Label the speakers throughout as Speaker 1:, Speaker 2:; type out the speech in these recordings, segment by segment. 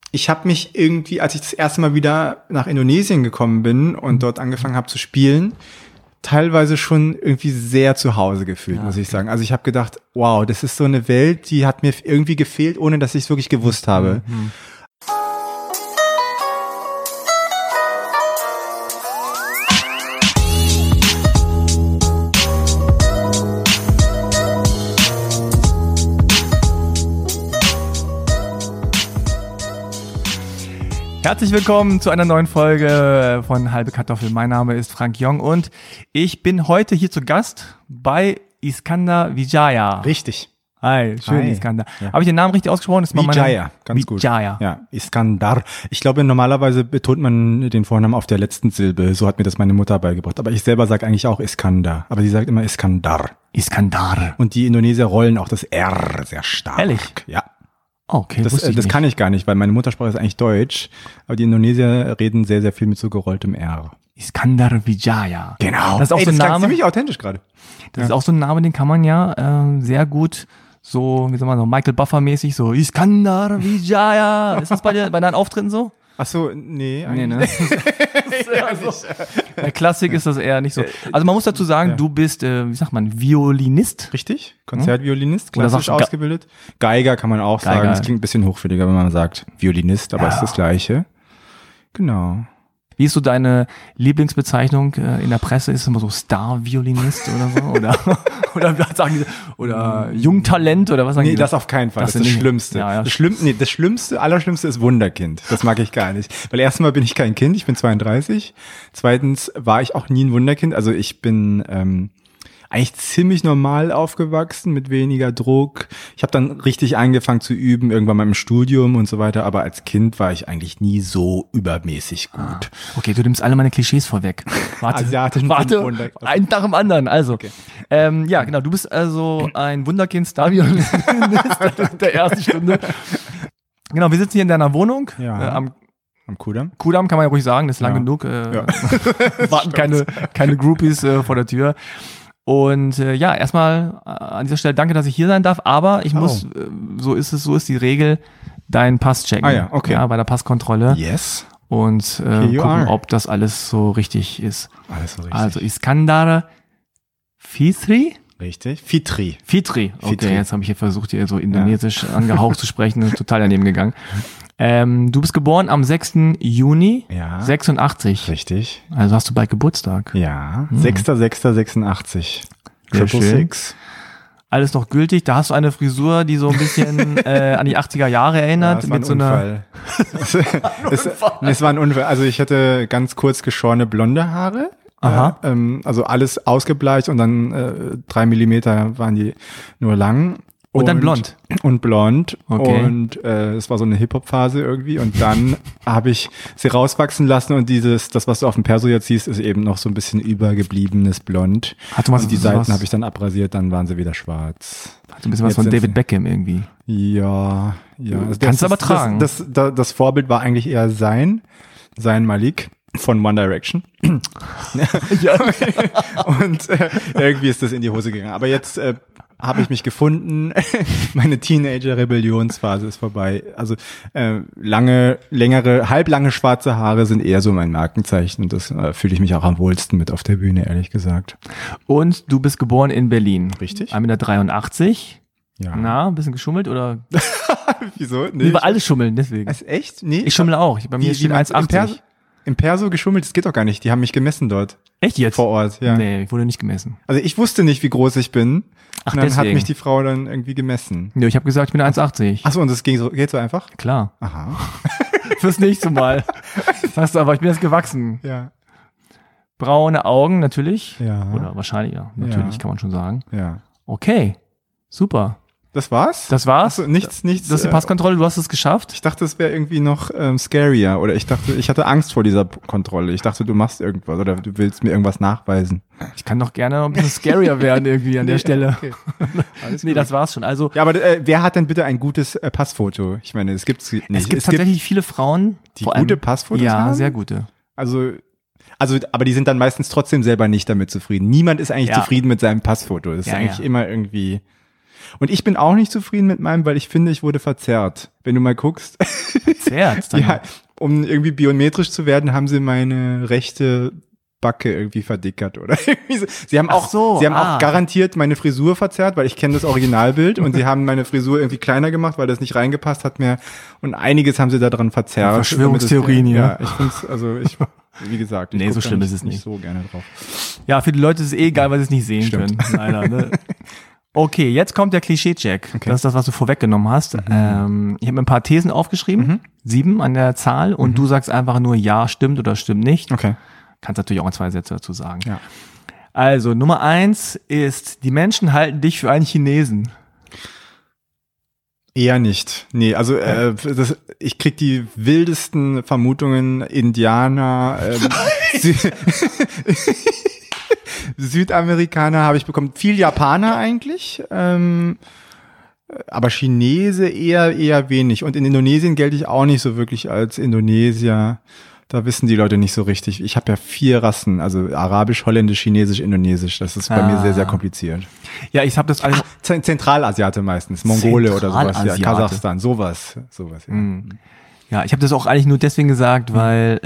Speaker 1: ich habe mich irgendwie, als ich das erste Mal wieder nach Indonesien gekommen bin und dort angefangen habe zu spielen, teilweise schon irgendwie sehr zu Hause gefühlt, muss ich sagen. Also ich habe gedacht, wow, das ist so eine Welt, die hat mir irgendwie gefehlt, ohne dass ich es wirklich gewusst habe.
Speaker 2: Herzlich willkommen zu einer neuen Folge von Halbe Kartoffel. Mein Name ist Frank Jong und ich bin heute hier zu Gast bei Iskandar Wijaya.
Speaker 1: Richtig.
Speaker 2: Hi, schön,
Speaker 1: Hi.
Speaker 2: Iskandar.
Speaker 1: Ja.
Speaker 2: Habe ich den Namen richtig ausgesprochen? Das ist mal
Speaker 1: Wijaya, ganz gut.
Speaker 2: Wijaya.
Speaker 1: Ja, Iskandar. Ich glaube, normalerweise betont man den Vornamen auf der letzten Silbe. So hat mir das meine Mutter beigebracht. Aber ich selber sage eigentlich auch Iskandar. Aber sie sagt immer Iskandar.
Speaker 2: Iskandar.
Speaker 1: Und die Indonesier rollen auch das R sehr stark.
Speaker 2: Ehrlich?
Speaker 1: Ja.
Speaker 2: Okay,
Speaker 1: Das
Speaker 2: wusste ich nicht.
Speaker 1: kann ich gar nicht, weil meine Muttersprache ist eigentlich Deutsch. Aber die Indonesier reden sehr, sehr viel mit so gerolltem R.
Speaker 2: Iskandar Wijaya.
Speaker 1: Genau.
Speaker 2: Das ist auch so ein
Speaker 1: das klang
Speaker 2: Name.
Speaker 1: ziemlich authentisch gerade.
Speaker 2: Das ist auch so ein Name, den kann man ja sehr gut so, wie soll man so, Michael Buffer-mäßig so, Iskandar Wijaya. Ist das bei deinen Auftritten so?
Speaker 1: Ach so, nee.
Speaker 2: Nee, ne?
Speaker 1: Ja,
Speaker 2: so. Bei Klassik ist das eher nicht so. Also man muss dazu sagen, du bist, wie sagt man, Violinist?
Speaker 1: Richtig, Konzertviolinist,
Speaker 2: Oder
Speaker 1: klassisch
Speaker 2: sagst du
Speaker 1: ausgebildet. Geiger kann man auch sagen, das klingt ein bisschen hochfälliger, wenn man sagt Violinist, aber es ist das Gleiche. Genau.
Speaker 2: Wie ist so deine Lieblingsbezeichnung in der Presse? Ist es immer so Star-Violinist oder so? Oder sagen die, oder Jungtalent oder was sagen die?
Speaker 1: Nee, das auf keinen Fall, das ist das Schlimmste.
Speaker 2: Ja, ja.
Speaker 1: Das Schlimmste, Allerschlimmste ist Wunderkind. Das mag ich gar nicht. Weil erstmal bin ich kein Kind, ich bin 32. Zweitens war ich auch nie ein Wunderkind. Also ich bin eigentlich ziemlich normal aufgewachsen, mit weniger Druck. Ich habe dann richtig angefangen zu üben, irgendwann mal im Studium und so weiter. Aber als Kind war ich eigentlich nie so übermäßig gut.
Speaker 2: Okay, du nimmst alle meine Klischees vorweg. Warte,
Speaker 1: Wunder.
Speaker 2: ein nach dem anderen. Also,
Speaker 1: Okay.
Speaker 2: ja, genau, du bist also ein Wunderkind, Star-Violinist der ersten Stunde. Genau, wir sitzen hier in deiner Wohnung am
Speaker 1: Kudamm.
Speaker 2: Kudamm, kann man ja ruhig sagen, das ist lang genug. Warten keine Groupies vor der Tür. Und ja, erstmal an dieser Stelle danke, dass ich hier sein darf, aber ich muss, so ist die Regel, deinen Pass checken.
Speaker 1: Ah ja, okay.
Speaker 2: Ja, bei der Passkontrolle.
Speaker 1: Yes.
Speaker 2: Und gucken, ob das alles so richtig ist.
Speaker 1: Alles so richtig.
Speaker 2: Also Iskandar Fitri?
Speaker 1: Richtig. Fitri.
Speaker 2: Okay,
Speaker 1: Fitri.
Speaker 2: jetzt habe ich hier versucht, hier so indonesisch angehaucht zu sprechen, total daneben gegangen. Du bist geboren am 6. Juni 86.
Speaker 1: Richtig.
Speaker 2: Also hast du bald Geburtstag.
Speaker 1: Ja. 6.6.86.
Speaker 2: Sehr schön.
Speaker 1: 666.
Speaker 2: Alles noch gültig. Da hast du eine Frisur, die so ein bisschen an die 80er Jahre erinnert.
Speaker 1: Ja, es war ein Unfall. Es war ein Unfall. Also ich hatte ganz kurz geschorene blonde Haare.
Speaker 2: Aha.
Speaker 1: Also alles ausgebleicht und dann 3 Millimeter waren die nur lang.
Speaker 2: Und dann blond.
Speaker 1: Und blond.
Speaker 2: Okay.
Speaker 1: Und es war so eine Hip-Hop-Phase irgendwie. Und dann habe ich sie rauswachsen lassen und das, was du auf dem Perso jetzt siehst, ist eben noch so ein bisschen übergebliebenes Blond. Und die Seiten habe ich dann abrasiert, dann waren sie wieder schwarz.
Speaker 2: Hat ein bisschen was von David Beckham irgendwie.
Speaker 1: Ja. Also
Speaker 2: kannst du aber tragen.
Speaker 1: Das Vorbild war eigentlich eher Zayn Malik von One Direction.
Speaker 2: Ja.
Speaker 1: Und irgendwie ist das in die Hose gegangen. Aber jetzt habe ich mich gefunden. Meine Teenager-Rebellionsphase ist vorbei. Also halblange schwarze Haare sind eher so mein Markenzeichen. Und das fühle ich mich auch am wohlsten mit auf der Bühne, ehrlich gesagt.
Speaker 2: Und du bist geboren in Berlin.
Speaker 1: Richtig.
Speaker 2: 1,83 Meter.
Speaker 1: Ja.
Speaker 2: Na, ein bisschen geschummelt oder?
Speaker 1: Wieso?
Speaker 2: Nee, über alles schummeln, deswegen.
Speaker 1: Ist echt? Nee.
Speaker 2: Ich schummle auch. Bei mir steht 1,80.
Speaker 1: Im Perso geschummelt, das geht doch gar nicht. Die haben mich gemessen dort.
Speaker 2: Echt jetzt?
Speaker 1: Vor Ort, ja.
Speaker 2: Nee, ich wurde nicht gemessen.
Speaker 1: Also ich wusste nicht, wie groß ich bin.
Speaker 2: Ach,
Speaker 1: und dann
Speaker 2: deswegen.
Speaker 1: hat mich die Frau dann irgendwie gemessen.
Speaker 2: Nee, ich habe gesagt, ich bin 1,80.
Speaker 1: Achso, und das geht so einfach?
Speaker 2: Klar.
Speaker 1: Aha.
Speaker 2: Fürs nächste Mal. Sagst du aber, ich bin jetzt gewachsen.
Speaker 1: Ja.
Speaker 2: Braune Augen, natürlich.
Speaker 1: Ja.
Speaker 2: Oder wahrscheinlich, ja. Natürlich, kann man schon sagen.
Speaker 1: Ja.
Speaker 2: Okay. Super.
Speaker 1: Das war's?
Speaker 2: Das war's.
Speaker 1: Achso, nichts.
Speaker 2: Das ist die Passkontrolle, du hast es geschafft.
Speaker 1: Ich dachte, es wäre irgendwie noch scarier. Oder ich hatte Angst vor dieser Kontrolle. Ich dachte, du machst irgendwas oder du willst mir irgendwas nachweisen.
Speaker 2: Ich kann doch gerne noch ein bisschen scarier werden irgendwie an der Stelle.
Speaker 1: Okay. Alles
Speaker 2: Nee,
Speaker 1: gut.
Speaker 2: das war's schon. Also,
Speaker 1: Ja, aber wer hat denn bitte ein gutes Passfoto? Ich meine, es gibt's nicht.
Speaker 2: es gibt tatsächlich viele Frauen,
Speaker 1: die
Speaker 2: vor allem,
Speaker 1: gute Passfotos
Speaker 2: ja,
Speaker 1: haben?
Speaker 2: sehr gute.
Speaker 1: Also, aber die sind dann meistens trotzdem selber nicht damit zufrieden. Niemand ist eigentlich
Speaker 2: Ja.
Speaker 1: zufrieden mit seinem Passfoto. Das ist
Speaker 2: Ja,
Speaker 1: eigentlich
Speaker 2: ja.
Speaker 1: immer irgendwie. Und ich bin auch nicht zufrieden mit meinem, weil ich finde, ich wurde verzerrt. Wenn du mal guckst.
Speaker 2: Verzerrt?
Speaker 1: Ja, um irgendwie biometrisch zu werden, haben sie meine rechte Backe irgendwie verdickert oder irgendwie so. Sie haben auch garantiert meine Frisur verzerrt, weil ich kenne das Originalbild und sie haben meine Frisur irgendwie kleiner gemacht, weil das nicht reingepasst hat mehr und einiges haben sie da dran verzerrt.
Speaker 2: Verschwörungstheorien hier.
Speaker 1: Ja, ich finde es, wie gesagt,
Speaker 2: nee, so schlimm ist es nicht
Speaker 1: so gerne drauf.
Speaker 2: Ja, für die Leute ist es egal, weil sie es nicht sehen können. Leider, ne? Okay, jetzt kommt der Klischee-Check. Okay. Das ist das, was du vorweggenommen hast. Ich habe mir ein paar Thesen aufgeschrieben, 7 an der Zahl und du sagst einfach nur ja, stimmt oder stimmt nicht.
Speaker 1: Okay.
Speaker 2: Kannst natürlich auch 2 Sätze dazu sagen.
Speaker 1: Ja.
Speaker 2: Also, Nummer 1 ist, die Menschen halten dich für einen Chinesen.
Speaker 1: Eher nicht. Nee, also ich krieg die wildesten Vermutungen, Indianer, Südamerikaner habe ich bekommen, viel Japaner eigentlich, aber Chinese eher wenig. Und in Indonesien gelte ich auch nicht so wirklich als Indonesier. Da wissen die Leute nicht so richtig. Ich habe ja 4 Rassen, also Arabisch, Holländisch, Chinesisch, Indonesisch. Das ist bei mir sehr, sehr kompliziert.
Speaker 2: Ja, ich habe das alles.
Speaker 1: Zentralasiate meistens, Mongole oder sowas, ja, Kasachstan, sowas. Ja.
Speaker 2: Ja, ich habe das auch eigentlich nur deswegen gesagt, weil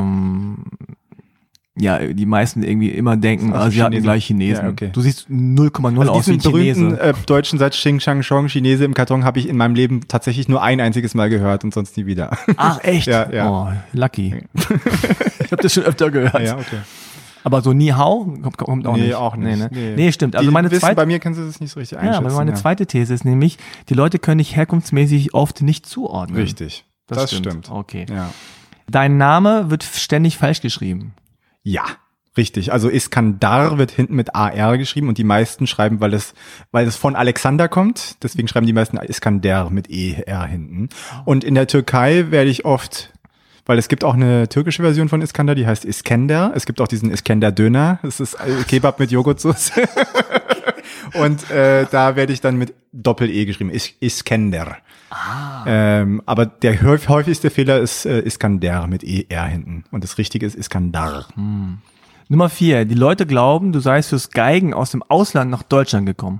Speaker 2: ja, die meisten irgendwie immer denken, sie hatten gleich Chinesen.
Speaker 1: Ja, okay.
Speaker 2: Du siehst 0,0 aus wie ein Chinese.
Speaker 1: Diesen berühmten deutschen Satz Xing Shang Chong, Chinese im Karton, habe ich in meinem Leben tatsächlich nur ein einziges Mal gehört und sonst nie wieder.
Speaker 2: Ach, echt?
Speaker 1: Ja.
Speaker 2: Oh, lucky. Ich habe das schon öfter gehört.
Speaker 1: Ja, okay.
Speaker 2: Aber so Ni Hao kommt auch nicht.
Speaker 1: Nee, auch nicht.
Speaker 2: Nee, stimmt. Also
Speaker 1: bei mir kannst du das nicht so richtig einschätzen.
Speaker 2: Ja, aber meine zweite These ist nämlich, die Leute können dich herkunftsmäßig oft nicht zuordnen.
Speaker 1: Richtig. Das stimmt.
Speaker 2: Okay.
Speaker 1: Ja.
Speaker 2: Dein Name wird ständig falsch geschrieben.
Speaker 1: Ja. Richtig, also Iskandar wird hinten mit AR geschrieben und die meisten schreiben, weil es von Alexander kommt, deswegen schreiben die meisten Iskandar mit ER hinten. Und in der Türkei werde ich oft, weil es gibt auch eine türkische Version von Iskandar, die heißt Iskender. Es gibt auch diesen Iskender-Döner, das ist Kebab mit Joghurtsoße. Und da werde ich dann mit Doppel-E geschrieben, Iskender. Aber der häufigste Fehler ist Iskandar mit ER hinten und das Richtige ist Iskandar.
Speaker 2: Nummer 4. Die Leute glauben, du seist fürs Geigen aus dem Ausland nach Deutschland gekommen.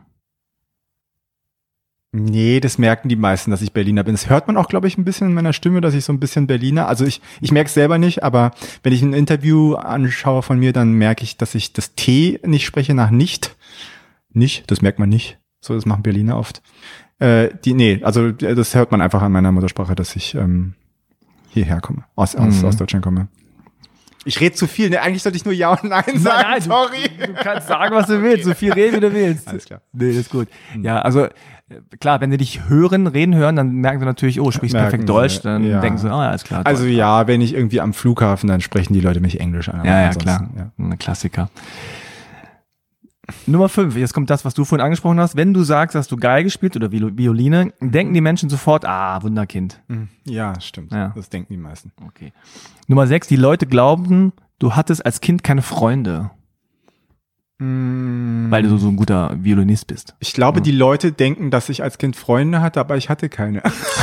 Speaker 1: Nee, das merken die meisten, dass ich Berliner bin. Das hört man auch, glaube ich, ein bisschen in meiner Stimme, dass ich so ein bisschen Berliner, also ich merke es selber nicht, aber wenn ich ein Interview anschaue von mir, dann merke ich, dass ich das T nicht spreche nach nicht. Nicht, das merkt man nicht. So, das machen Berliner oft. Also das hört man einfach an meiner Muttersprache, dass ich hierher komme, aus Deutschland komme. Ich rede zu viel, ne? Eigentlich sollte ich nur Ja und Nein sagen,
Speaker 2: nein, sorry. Du kannst sagen, was du willst, so viel reden, wie du willst.
Speaker 1: Alles klar.
Speaker 2: Nee, das ist gut. Ja, also klar, wenn die dich reden hören, dann merken sie natürlich, oh, sprichst perfekt Deutsch, dann denken sie, alles klar.
Speaker 1: Also Deutsch. Ja, wenn ich irgendwie am Flughafen, dann sprechen die Leute mich Englisch an.
Speaker 2: Ja, klar. Ja. Ein Klassiker. Nummer 5, jetzt kommt das, was du vorhin angesprochen hast. Wenn du sagst, dass du Geige spielst oder Violine, denken die Menschen sofort, Wunderkind.
Speaker 1: Ja, stimmt. Ja. Das denken die meisten.
Speaker 2: Okay. Nummer 6, die Leute glauben, du hattest als Kind keine Freunde. Weil du so ein guter Violinist bist.
Speaker 1: Ich glaube, die Leute denken, dass ich als Kind Freunde hatte, aber ich hatte keine.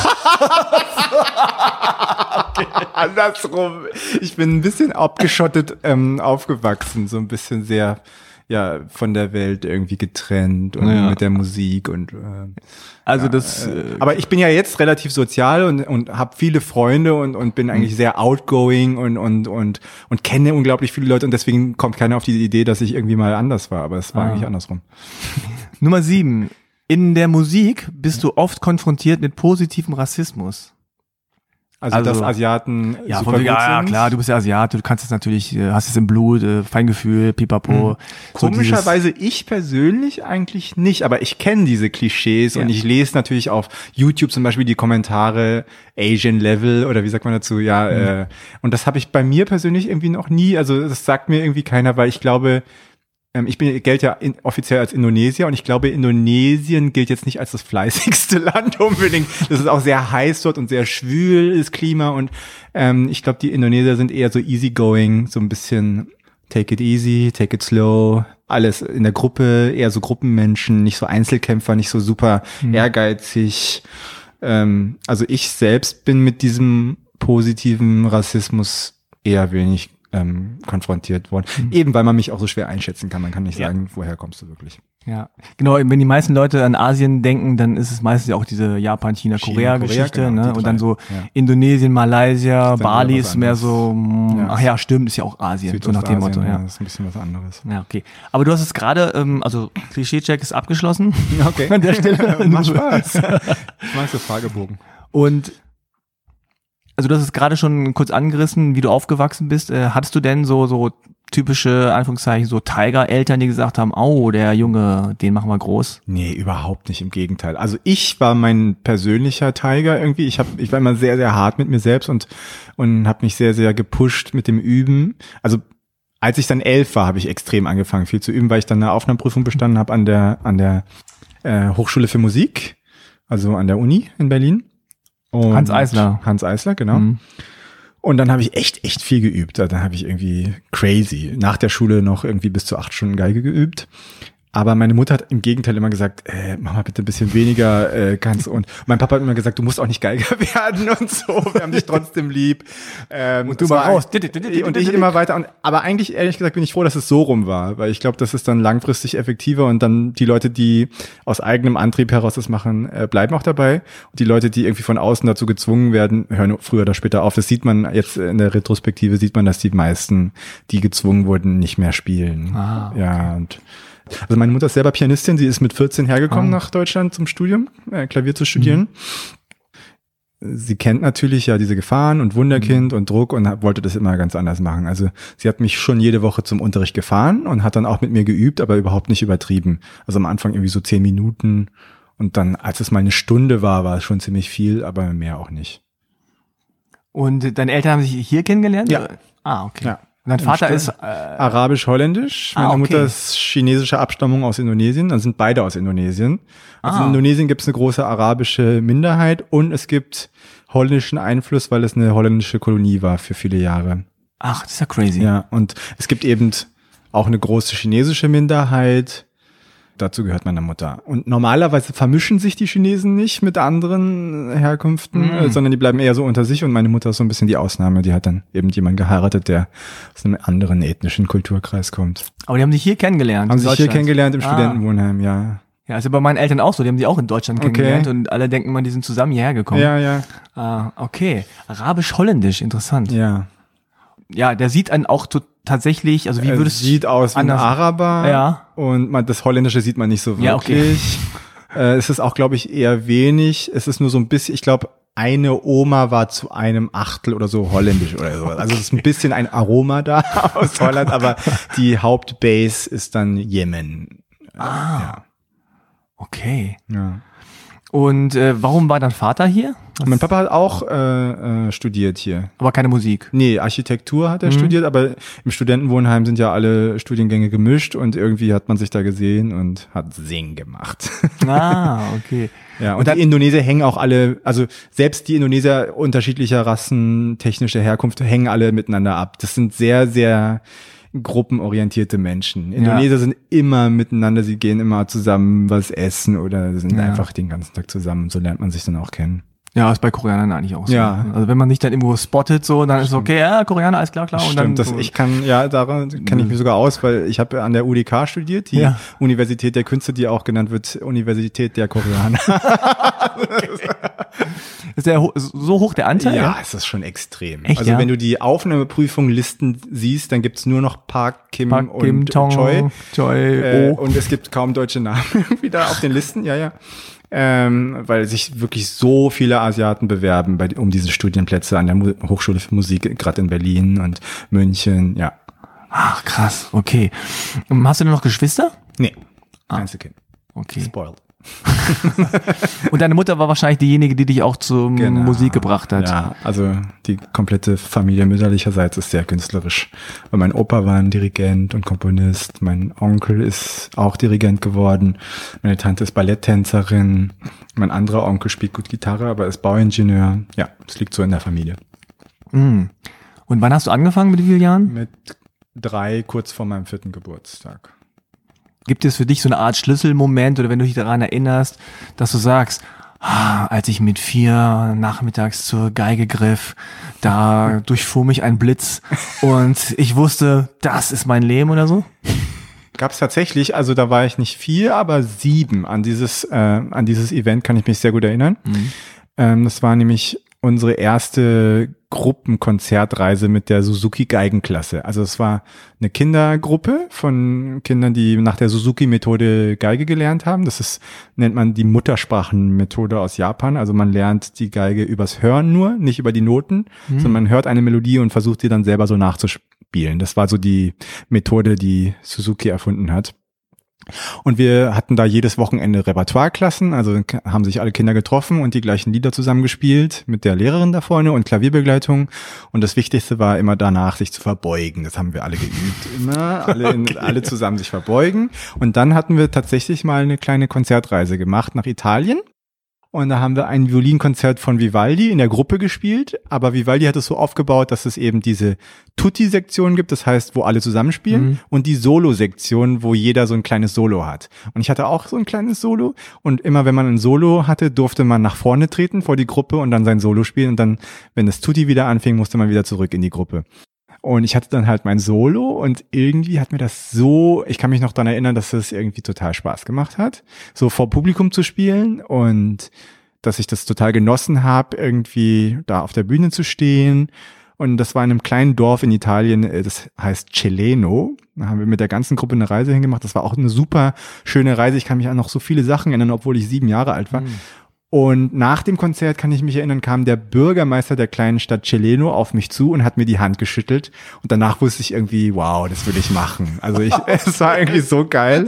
Speaker 1: Okay. Andersrum. Ich bin ein bisschen abgeschottet aufgewachsen, so ein bisschen sehr von der Welt irgendwie getrennt und mit der Musik und aber ich bin ja jetzt relativ sozial und habe viele Freunde und bin eigentlich sehr outgoing und kenne unglaublich viele Leute und deswegen kommt keiner auf die Idee, dass ich irgendwie mal anders war, aber es war eigentlich andersrum.
Speaker 2: Nummer 7. In der Musik bist du oft konfrontiert mit positivem Rassismus.
Speaker 1: Also dass Asiaten super gut sind.
Speaker 2: Ja, klar, du bist ja Asiate, du kannst es natürlich, hast es im Blut, Feingefühl, pipapo.
Speaker 1: Komischerweise ich persönlich eigentlich nicht, aber ich kenne diese Klischees und ich lese natürlich auf YouTube zum Beispiel die Kommentare Asian Level oder wie sagt man dazu, und das habe ich bei mir persönlich irgendwie noch nie, also das sagt mir irgendwie keiner, weil ich glaube, ich gelte ja offiziell als Indonesier und ich glaube, Indonesien gilt jetzt nicht als das fleißigste Land unbedingt. Das ist auch sehr heiß dort und sehr schwül ist Klima und ich glaube, die Indonesier sind eher so easygoing, so ein bisschen take it easy, take it slow, alles in der Gruppe, eher so Gruppenmenschen, nicht so Einzelkämpfer, nicht so super ehrgeizig. Also ich selbst bin mit diesem positiven Rassismus eher wenig konfrontiert worden. Eben weil man mich auch so schwer einschätzen kann. Man kann nicht sagen, woher kommst du wirklich.
Speaker 2: Ja, genau, wenn die meisten Leute an Asien denken, dann ist es meistens ja auch diese Japan, China, Korea-Geschichte,
Speaker 1: genau,
Speaker 2: ne? Und dann so Indonesien, Malaysia, Bali ist mehr so, ach ja, stimmt, ist ja auch Asien, so nach dem Motto. Ja,
Speaker 1: ist ein bisschen was anderes.
Speaker 2: Ja, okay. Aber du hast es gerade, also Klischee-Check ist abgeschlossen.
Speaker 1: Okay.
Speaker 2: An der Stelle.
Speaker 1: Macht Spaß. Ich mag so Fragebogen.
Speaker 2: Und also du hast es gerade schon kurz angerissen, wie du aufgewachsen bist. Hattest du denn so typische, Anführungszeichen, so Tiger-Eltern, die gesagt haben, oh, der Junge, den machen wir groß?
Speaker 1: Nee, überhaupt nicht, im Gegenteil. Also ich war mein persönlicher Tiger irgendwie. Ich war immer sehr, sehr hart mit mir selbst und habe mich sehr, sehr gepusht mit dem Üben. Also als ich dann 11 war, habe ich extrem angefangen, viel zu üben, weil ich dann eine Aufnahmeprüfung bestanden habe an der Hochschule für Musik, also an der Uni in Berlin. Und
Speaker 2: Hans Eisler,
Speaker 1: genau. Mhm. Und dann habe ich echt viel geübt. Dann habe ich irgendwie crazy nach der Schule noch irgendwie bis zu 8 Stunden Geige geübt. Aber meine Mutter hat im Gegenteil immer gesagt, mach mal bitte ein bisschen weniger, kannst. Und mein Papa hat immer gesagt, du musst auch nicht Geiger werden und so. Wir haben dich trotzdem lieb.
Speaker 2: Und du mal raus.
Speaker 1: Und ich immer weiter. Aber eigentlich, ehrlich gesagt, bin ich froh, dass es so rum war. Weil ich glaube, das ist dann langfristig effektiver. Und dann die Leute, die aus eigenem Antrieb heraus das machen, bleiben auch dabei. Und die Leute, die irgendwie von außen dazu gezwungen werden, hören früher oder später auf. Das sieht man jetzt in der Retrospektive, sieht man, dass die meisten, die gezwungen wurden, nicht mehr spielen.
Speaker 2: Okay.
Speaker 1: Ja, und also meine Mutter ist selber Pianistin, sie ist mit 14 hergekommen nach Deutschland zum Studium, Klavier zu studieren. Sie kennt natürlich ja diese Gefahren und Wunderkind und Druck und wollte das immer ganz anders machen. Also sie hat mich schon jede Woche zum Unterricht gefahren und hat dann auch mit mir geübt, aber überhaupt nicht übertrieben. Also am Anfang irgendwie so 10 Minuten und dann, als es mal eine Stunde war es schon ziemlich viel, aber mehr auch nicht.
Speaker 2: Und deine Eltern haben sich hier kennengelernt?
Speaker 1: Ja.
Speaker 2: Ah, okay.
Speaker 1: Ja.
Speaker 2: Und dein Vater ist
Speaker 1: arabisch-holländisch. Meine Mutter ist chinesischer Abstammung aus Indonesien. Dann sind beide aus Indonesien. Also in Indonesien gibt es eine große arabische Minderheit und es gibt holländischen Einfluss, weil es eine holländische Kolonie war für viele Jahre.
Speaker 2: Ach, das ist ja crazy.
Speaker 1: Ja, und es gibt eben auch eine große chinesische Minderheit. Dazu gehört meine Mutter. Und normalerweise vermischen sich die Chinesen nicht mit anderen Herkünften, sondern die bleiben eher so unter sich. Und meine Mutter ist so ein bisschen die Ausnahme. Die hat dann eben jemanden geheiratet, der aus einem anderen ethnischen Kulturkreis kommt.
Speaker 2: Aber die haben sich hier kennengelernt.
Speaker 1: Haben sich hier kennengelernt im Studentenwohnheim, ja.
Speaker 2: Ja, ist ja bei meinen Eltern auch so. Die haben sich auch in Deutschland kennengelernt und alle denken mal, die sind zusammen hierher gekommen.
Speaker 1: Ja.
Speaker 2: Ah, okay. Arabisch-Holländisch, interessant.
Speaker 1: Ja.
Speaker 2: Ja, der sieht einen auch tatsächlich, also wie würdest du...
Speaker 1: Sieht aus wie ein Araber.
Speaker 2: Ja.
Speaker 1: Und das Holländische sieht man nicht so wirklich.
Speaker 2: Ja, okay.
Speaker 1: Es ist auch, glaube ich, eher wenig. Es ist nur so ein bisschen, ich glaube, eine Oma war zu einem Achtel oder so holländisch oder so. Also es ist ein bisschen ein Aroma da aus Holland, aber die Hauptbase ist dann Jemen.
Speaker 2: Ja. Okay.
Speaker 1: Ja.
Speaker 2: Und warum war dein Vater hier?
Speaker 1: Mein Papa hat auch studiert hier.
Speaker 2: Aber keine Musik?
Speaker 1: Nee, Architektur hat er studiert, aber im Studentenwohnheim sind ja alle Studiengänge gemischt und irgendwie hat man sich da gesehen und hat Sing gemacht.
Speaker 2: Ah, okay.
Speaker 1: Ja, und die Indonesier hängen auch alle, also selbst die Indonesier unterschiedlicher Rassen, technischer Herkunft hängen alle miteinander ab. Das sind sehr, sehr gruppenorientierte Menschen. Indonesier sind immer miteinander, sie gehen immer zusammen was essen oder sind einfach den ganzen Tag zusammen. So lernt man sich dann auch kennen.
Speaker 2: Ja, ist bei Koreanern eigentlich auch so.
Speaker 1: Ja.
Speaker 2: Also wenn man nicht dann irgendwo spottet, so, dann ist es okay, ja, Koreaner, alles klar. Und
Speaker 1: stimmt,
Speaker 2: dann
Speaker 1: daran kenne ich mich sogar aus, weil ich habe an der UDK studiert, die Universität der Künste, die auch genannt wird Universität der Koreaner.
Speaker 2: Ist der so hoch der Anteil?
Speaker 1: Ja, es ist schon extrem.
Speaker 2: Echt,
Speaker 1: also wenn du die Aufnahmeprüfung-Listen siehst, dann gibt's nur noch Park, Kim und Choi. Und es gibt kaum deutsche Namen irgendwie da auf den Listen, weil sich wirklich so viele Asiaten bewerben um diese Studienplätze an der Hochschule für Musik, gerade in Berlin und München, ja.
Speaker 2: Ach, krass, okay. Hast du denn noch Geschwister?
Speaker 1: Nee, Einzelkind.
Speaker 2: Okay.
Speaker 1: Spoiled.
Speaker 2: Und deine Mutter war wahrscheinlich diejenige, die dich auch zur Musik gebracht hat.
Speaker 1: Ja, also die komplette Familie mütterlicherseits ist sehr künstlerisch. Weil mein Opa war ein Dirigent und Komponist, mein Onkel ist auch Dirigent geworden, meine Tante ist Balletttänzerin, mein anderer Onkel spielt gut Gitarre, aber ist Bauingenieur. Ja, das liegt so in der Familie.
Speaker 2: Und wann hast du angefangen, mit wie vielen Jahren?
Speaker 1: Mit 3, kurz vor meinem 4. Geburtstag.
Speaker 2: Gibt es für dich so eine Art Schlüsselmoment oder wenn du dich daran erinnerst, dass du sagst, als ich mit 4 nachmittags zur Geige griff, da durchfuhr mich ein Blitz und ich wusste, das ist mein Leben oder so?
Speaker 1: gab es tatsächlich, also da war ich nicht 4, aber 7. An dieses Event kann ich mich sehr gut erinnern. Das war nämlich unsere erste Gruppenkonzertreise mit der Suzuki Geigenklasse. Also es war eine Kindergruppe von Kindern, die nach der Suzuki-Methode Geige gelernt haben. Nennt man die Muttersprachenmethode aus Japan. Also man lernt die Geige übers Hören nur, nicht über die Noten, sondern man hört eine Melodie und versucht die dann selber so nachzuspielen. Das war so die Methode, die Suzuki erfunden hat. Und wir hatten da jedes Wochenende Repertoireklassen, also haben sich alle Kinder getroffen und die gleichen Lieder zusammengespielt mit der Lehrerin da vorne und Klavierbegleitung. Und das Wichtigste war immer danach, sich zu verbeugen. Das haben wir alle geübt, immer alle zusammen sich verbeugen. Und dann hatten wir tatsächlich mal eine kleine Konzertreise gemacht nach Italien. Und da haben wir ein Violinkonzert von Vivaldi in der Gruppe gespielt. Aber Vivaldi hat es so aufgebaut, dass es eben diese Tutti-Sektion gibt, das heißt, wo alle zusammenspielen, und die Solo-Sektion, wo jeder so ein kleines Solo hat. Und ich hatte auch so ein kleines Solo. Und immer wenn man ein Solo hatte, durfte man nach vorne treten vor die Gruppe und dann sein Solo spielen. Und dann, wenn das Tutti wieder anfing, musste man wieder zurück in die Gruppe. Und ich hatte dann halt mein Solo und irgendwie hat mir das so, ich kann mich noch daran erinnern, dass es irgendwie total Spaß gemacht hat, so vor Publikum zu spielen und dass ich das total genossen habe, irgendwie da auf der Bühne zu stehen. Und das war in einem kleinen Dorf in Italien, das heißt Celeno. Da haben wir mit der ganzen Gruppe eine Reise hingemacht. Das war auch eine super schöne Reise. Ich kann mich an noch so viele Sachen erinnern, obwohl ich 7 Jahre alt war. Und nach dem Konzert, kann ich mich erinnern, kam der Bürgermeister der kleinen Stadt Celeno auf mich zu und hat mir die Hand geschüttelt. Und danach wusste ich irgendwie, wow, das will ich machen. Also es war irgendwie so geil,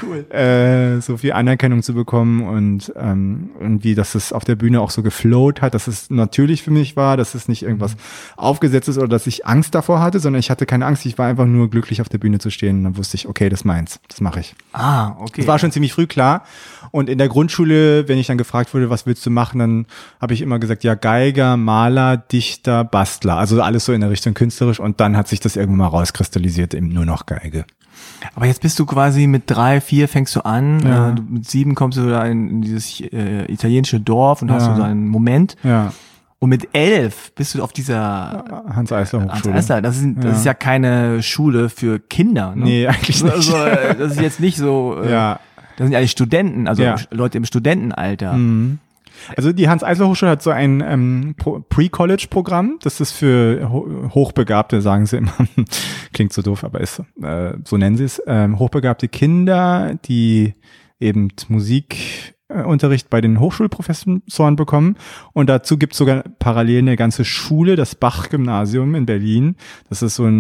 Speaker 2: cool.
Speaker 1: So viel Anerkennung zu bekommen und irgendwie, dass es auf der Bühne auch so geflowt hat, dass es natürlich für mich war, dass es nicht irgendwas aufgesetzt ist oder dass ich Angst davor hatte, sondern ich hatte keine Angst. Ich war einfach nur glücklich, auf der Bühne zu stehen. Und dann wusste ich, okay, das ist meins, das mache ich.
Speaker 2: Okay.
Speaker 1: Das war schon ziemlich früh klar. Und in der Grundschule, wenn ich dann gefragt wurde, was willst du machen, dann habe ich immer gesagt, ja, Geiger, Maler, Dichter, Bastler. Also alles so in der Richtung künstlerisch. Und dann hat sich das irgendwann mal rauskristallisiert, eben nur noch Geige.
Speaker 2: Aber jetzt bist du quasi mit 3, 4 fängst du an, mit 7 kommst du da in dieses italienische Dorf und hast so einen Moment.
Speaker 1: Ja.
Speaker 2: Und mit 11 bist du auf dieser
Speaker 1: Hans-Eisler-Hochschule.
Speaker 2: Hans-Eisler, das ist ja keine Schule für Kinder. Ne?
Speaker 1: Nee, eigentlich nicht.
Speaker 2: Also, das ist jetzt nicht so... Das sind ja eigentlich Studenten, also Leute im Studentenalter.
Speaker 1: Also die Hans-Eisler-Hochschule hat so ein Pre-College-Programm. Das ist für Hochbegabte, sagen sie immer. Klingt so doof, aber ist so nennen sie es. Hochbegabte Kinder, die eben Musikunterricht bei den Hochschulprofessoren bekommen. Und dazu gibt es sogar parallel eine ganze Schule, das Bach-Gymnasium in Berlin. Das ist so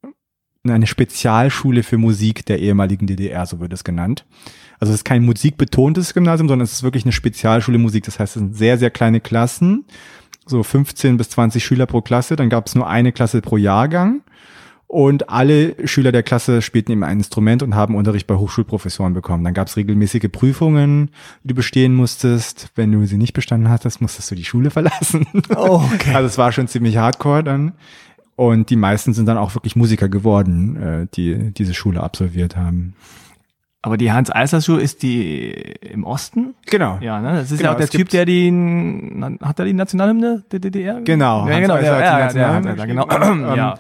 Speaker 1: eine Spezialschule für Musik der ehemaligen DDR, so wird es genannt. Also es ist kein musikbetontes Gymnasium, sondern es ist wirklich eine Spezialschule Musik. Das heißt, es sind sehr, sehr kleine Klassen, so 15 bis 20 Schüler pro Klasse. Dann gab es nur eine Klasse pro Jahrgang. Und alle Schüler der Klasse spielten eben ein Instrument und haben Unterricht bei Hochschulprofessoren bekommen. Dann gab es regelmäßige Prüfungen, die du bestehen musstest. Wenn du sie nicht bestanden hattest, musstest du die Schule verlassen.
Speaker 2: Oh, okay.
Speaker 1: Also es war schon ziemlich hardcore dann. Und die meisten sind dann auch wirklich Musiker geworden, die diese Schule absolviert haben.
Speaker 2: Aber die Hans-Eisler-Schule ist die im Osten?
Speaker 1: Genau.
Speaker 2: Ja, ne? Das ist ja auch der Typ, der hat er die Nationalhymne der DDR?
Speaker 1: Genau.
Speaker 2: Ja, genau. Genau. Ja.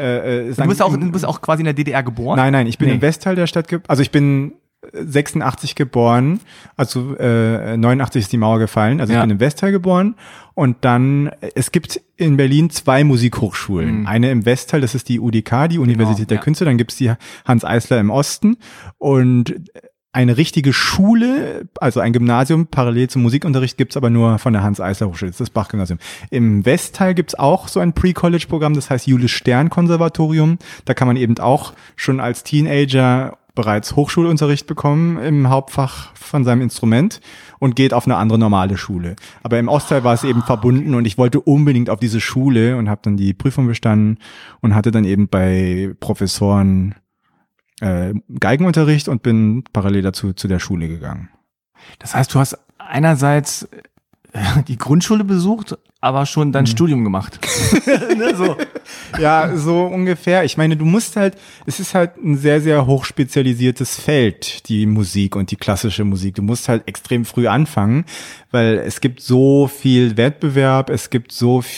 Speaker 1: Du
Speaker 2: bist auch quasi in der DDR geboren?
Speaker 1: Nein, ich bin im Westteil der Stadt also ich bin 86 geboren, also 89 ist die Mauer gefallen, also ich bin im Westteil geboren und dann, es gibt in Berlin 2 Musikhochschulen, eine im Westteil, das ist die UDK, die Universität der Künste, dann gibt's die Hans-Eisler im Osten und eine richtige Schule, also ein Gymnasium parallel zum Musikunterricht gibt's aber nur von der Hans-Eisler-Hochschule, das ist das Bach-Gymnasium. Im Westteil gibt's auch so ein Pre-College-Programm, das heißt Julius-Stern-Konservatorium, da kann man eben auch schon als Teenager bereits Hochschulunterricht bekommen im Hauptfach von seinem Instrument und geht auf eine andere normale Schule. Aber im Ostteil war es eben verbunden und ich wollte unbedingt auf diese Schule und habe dann die Prüfung bestanden und hatte dann eben bei Professoren Geigenunterricht und bin parallel dazu zu der Schule gegangen.
Speaker 2: Das heißt, du hast einerseits die Grundschule besucht, aber schon dein Studium gemacht.
Speaker 1: Ne, so. Ja, so ungefähr. Ich meine, es ist halt ein sehr, sehr hochspezialisiertes Feld, die Musik und die klassische Musik. Du musst halt extrem früh anfangen, weil es gibt so viel Wettbewerb, es gibt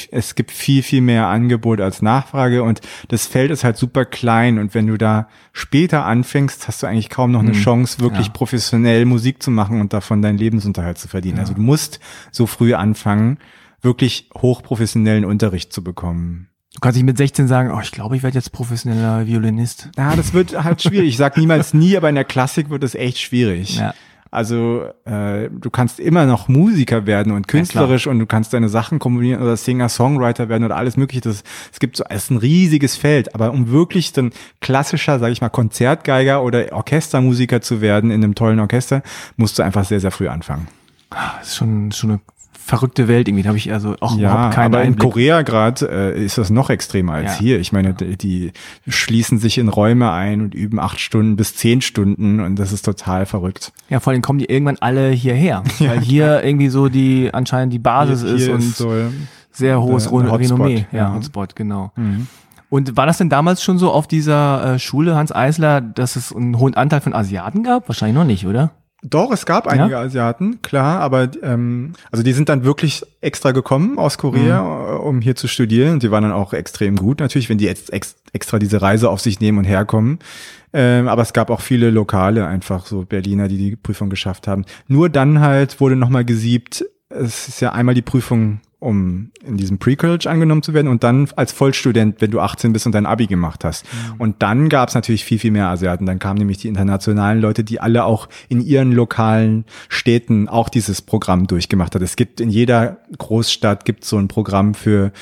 Speaker 1: viel, viel mehr Angebot als Nachfrage und das Feld ist halt super klein und wenn du da später anfängst, hast du eigentlich kaum noch eine Chance, wirklich professionell Musik zu machen und davon deinen Lebensunterhalt zu verdienen. Also du musst so früh anfangen, wirklich hochprofessionellen Unterricht zu bekommen.
Speaker 2: Du kannst nicht mit 16 sagen, ich glaube, ich werde jetzt professioneller Violinist.
Speaker 1: Ja, das wird halt schwierig. Ich sag niemals nie, aber in der Klassik wird es echt schwierig. Ja. Also du kannst immer noch Musiker werden und künstlerisch und du kannst deine Sachen kombinieren oder Singer-Songwriter werden oder alles mögliche. Es ist ein riesiges Feld, aber um wirklich dann klassischer, sage ich mal, Konzertgeiger oder Orchestermusiker zu werden in einem tollen Orchester, musst du einfach sehr, sehr früh anfangen.
Speaker 2: Das ist schon eine verrückte Welt irgendwie, da habe ich also auch überhaupt keinen
Speaker 1: aber
Speaker 2: Einblick.
Speaker 1: In Korea gerade ist das noch extremer als hier. Ich meine, die schließen sich in Räume ein und üben 8 Stunden bis 10 Stunden und das ist total verrückt.
Speaker 2: Ja, vor allem kommen die irgendwann alle hierher, weil hier irgendwie so anscheinend die Basis ist und so sehr hohes Renommee. Ja, Hotspot, genau. Mhm. Und war das denn damals schon so auf dieser Schule Hanns Eisler, dass es einen hohen Anteil von Asiaten gab? Wahrscheinlich noch nicht, oder?
Speaker 1: Doch, es gab einige Asiaten, klar, aber also die sind dann wirklich extra gekommen aus Korea, um hier zu studieren und die waren dann auch extrem gut, natürlich, wenn die jetzt extra diese Reise auf sich nehmen und herkommen. Aber es gab auch viele Lokale, einfach so Berliner, die Prüfung geschafft haben. Nur dann halt wurde nochmal gesiebt, es ist ja einmal die Prüfung, um in diesem Pre-College angenommen zu werden und dann als Vollstudent, wenn du 18 bist und dein Abi gemacht hast. Und dann gab es natürlich viel, viel mehr Asiaten. Dann kamen nämlich die internationalen Leute, die alle auch in ihren lokalen Städten auch dieses Programm durchgemacht hat. Es gibt in jeder Großstadt gibt so ein Programm für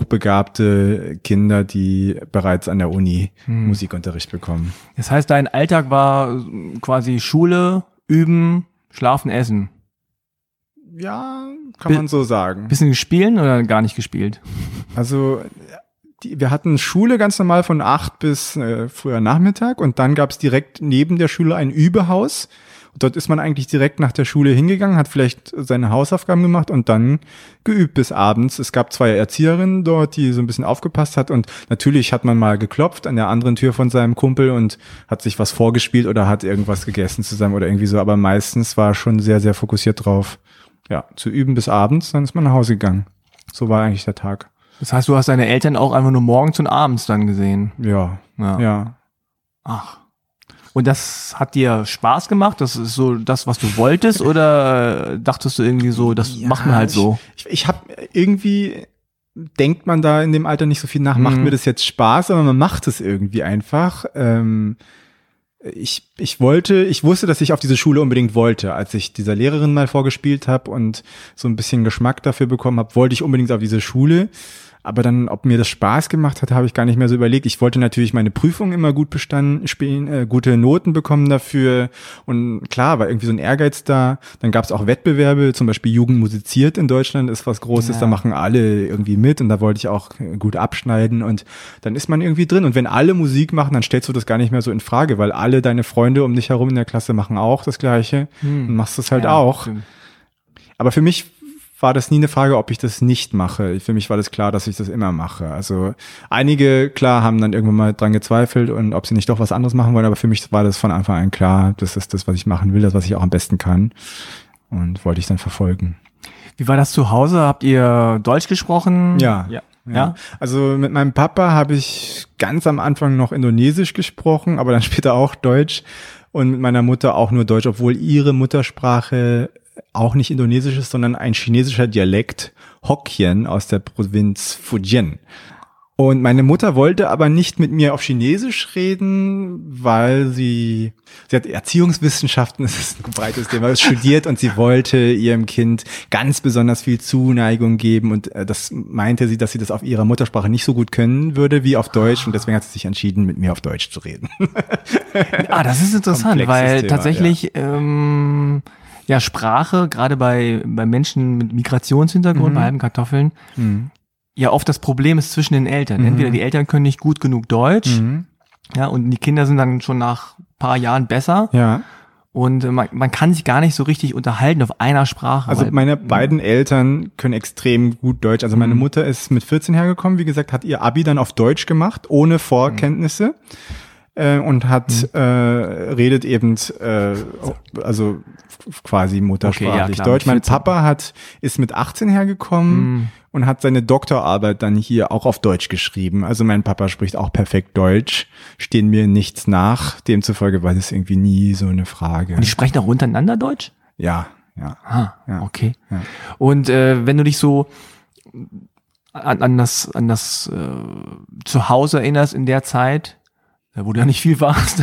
Speaker 1: hochbegabte Kinder, die bereits an der Uni Musikunterricht bekommen.
Speaker 2: Das heißt, dein Alltag war quasi Schule, Üben, Schlafen, Essen.
Speaker 1: Ja, kann man so sagen.
Speaker 2: Bisschen gespielt oder gar nicht gespielt?
Speaker 1: Also wir hatten Schule ganz normal von 8 bis früher Nachmittag und dann gab es direkt neben der Schule ein Übehaus. Und dort ist man eigentlich direkt nach der Schule hingegangen, hat vielleicht seine Hausaufgaben gemacht und dann geübt bis abends. Es gab 2 Erzieherinnen dort, die so ein bisschen aufgepasst hat und natürlich hat man mal geklopft an der anderen Tür von seinem Kumpel und hat sich was vorgespielt oder hat irgendwas gegessen zusammen oder irgendwie so, aber meistens war schon sehr, sehr fokussiert drauf. Ja, zu üben bis abends, dann ist man nach Hause gegangen. So war eigentlich der Tag.
Speaker 2: Das heißt, du hast deine Eltern auch einfach nur morgens und abends dann gesehen?
Speaker 1: Ja.
Speaker 2: Ach. Und das hat dir Spaß gemacht? Das ist so das, was du wolltest? Oder dachtest du irgendwie so, das macht man halt so?
Speaker 1: Ich habe irgendwie, denkt man da in dem Alter nicht so viel nach, macht mir das jetzt Spaß, aber man macht es irgendwie einfach. Ich wusste, dass ich auf diese Schule unbedingt wollte. Als ich dieser Lehrerin mal vorgespielt habe und so ein bisschen Geschmack dafür bekommen habe, wollte ich unbedingt auf diese Schule. Aber dann, ob mir das Spaß gemacht hat, habe ich gar nicht mehr so überlegt. Ich wollte natürlich meine Prüfung immer gut gute Noten bekommen dafür. Und klar, war irgendwie so ein Ehrgeiz da. Dann gab es auch Wettbewerbe, zum Beispiel Jugend musiziert in Deutschland ist was Großes. Da machen alle irgendwie mit und da wollte ich auch gut abschneiden. Und dann ist man irgendwie drin. Und wenn alle Musik machen, dann stellst du das gar nicht mehr so in Frage, weil alle deine Freunde um dich herum in der Klasse machen auch das Gleiche. Und machst das halt auch. Stimmt. Aber für mich war das nie eine Frage, ob ich das nicht mache. Für mich war das klar, dass ich das immer mache. Also einige, klar, haben dann irgendwann mal dran gezweifelt und ob sie nicht doch was anderes machen wollen, aber für mich war das von Anfang an klar, das ist das, was ich machen will, das, was ich auch am besten kann und wollte ich dann verfolgen.
Speaker 2: Wie war das zu Hause? Habt ihr Deutsch gesprochen?
Speaker 1: Ja. Also mit meinem Papa habe ich ganz am Anfang noch Indonesisch gesprochen, aber dann später auch Deutsch und mit meiner Mutter auch nur Deutsch, obwohl ihre Muttersprache auch nicht Indonesisch ist, sondern ein chinesischer Dialekt, Hokkien aus der Provinz Fujian. Und meine Mutter wollte aber nicht mit mir auf Chinesisch reden, weil sie hat Erziehungswissenschaften, das ist ein breites Thema, studiert und sie wollte ihrem Kind ganz besonders viel Zuneigung geben und das meinte sie, dass sie das auf ihrer Muttersprache nicht so gut können würde wie auf Deutsch und deswegen hat sie sich entschieden, mit mir auf Deutsch zu reden.
Speaker 2: Das ist interessant, weil Thema, tatsächlich Sprache, gerade bei Menschen mit Migrationshintergrund, bei halben Kartoffeln, ja oft das Problem ist zwischen den Eltern. Entweder die Eltern können nicht gut genug Deutsch, und die Kinder sind dann schon nach ein paar Jahren besser.
Speaker 1: Ja.
Speaker 2: Und man kann sich gar nicht so richtig unterhalten auf einer Sprache.
Speaker 1: Also meine beiden Eltern können extrem gut Deutsch. Also meine Mutter ist mit 14 hergekommen, wie gesagt, hat ihr Abi dann auf Deutsch gemacht, ohne Vorkenntnisse. Und redet eben also quasi muttersprachlich Deutsch. Mein Papa ist mit 18 hergekommen und hat seine Doktorarbeit dann hier auch auf Deutsch geschrieben. Also mein Papa spricht auch perfekt Deutsch, stehen mir nichts nach. Demzufolge war das irgendwie nie so eine Frage.
Speaker 2: Und die sprechen auch untereinander Deutsch?
Speaker 1: Ja.
Speaker 2: Okay.
Speaker 1: Ja.
Speaker 2: Und wenn du dich so an das Zuhause erinnerst in der Zeit, wo du ja nicht viel warst.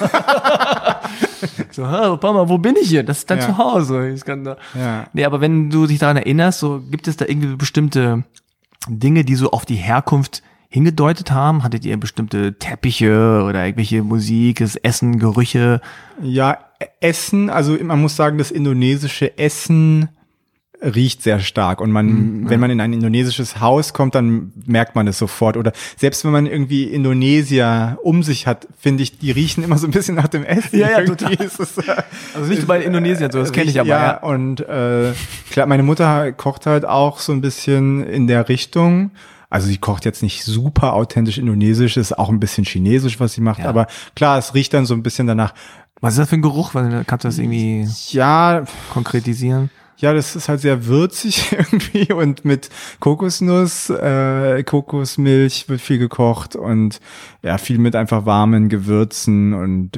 Speaker 2: So, Papa, wo bin ich hier? Das ist dein Zuhause. Ich kann da. Ja. Nee, aber wenn du dich daran erinnerst, so gibt es da irgendwie bestimmte Dinge, die so auf die Herkunft hingedeutet haben? Hattet ihr bestimmte Teppiche oder irgendwelche Musik, das Essen, Gerüche?
Speaker 1: Ja, Essen, also man muss sagen, das indonesische Essen riecht sehr stark und wenn man in ein indonesisches Haus kommt, dann merkt man es sofort. Oder selbst wenn man irgendwie Indonesier um sich hat, finde ich, die riechen immer so ein bisschen nach dem Essen.
Speaker 2: Ja, total. Also nicht bei Indonesiern so, das kenne ich aber.
Speaker 1: Ja, und klar, meine Mutter kocht halt auch so ein bisschen in der Richtung. Also sie kocht jetzt nicht super authentisch indonesisch, ist auch ein bisschen chinesisch, was sie macht. Ja. Aber klar, es riecht dann so ein bisschen danach.
Speaker 2: Was ist das für ein Geruch? Kannst du das irgendwie konkretisieren?
Speaker 1: Ja, das ist halt sehr würzig irgendwie und mit Kokosnuss, Kokosmilch wird viel gekocht und ja, viel mit einfach warmen Gewürzen und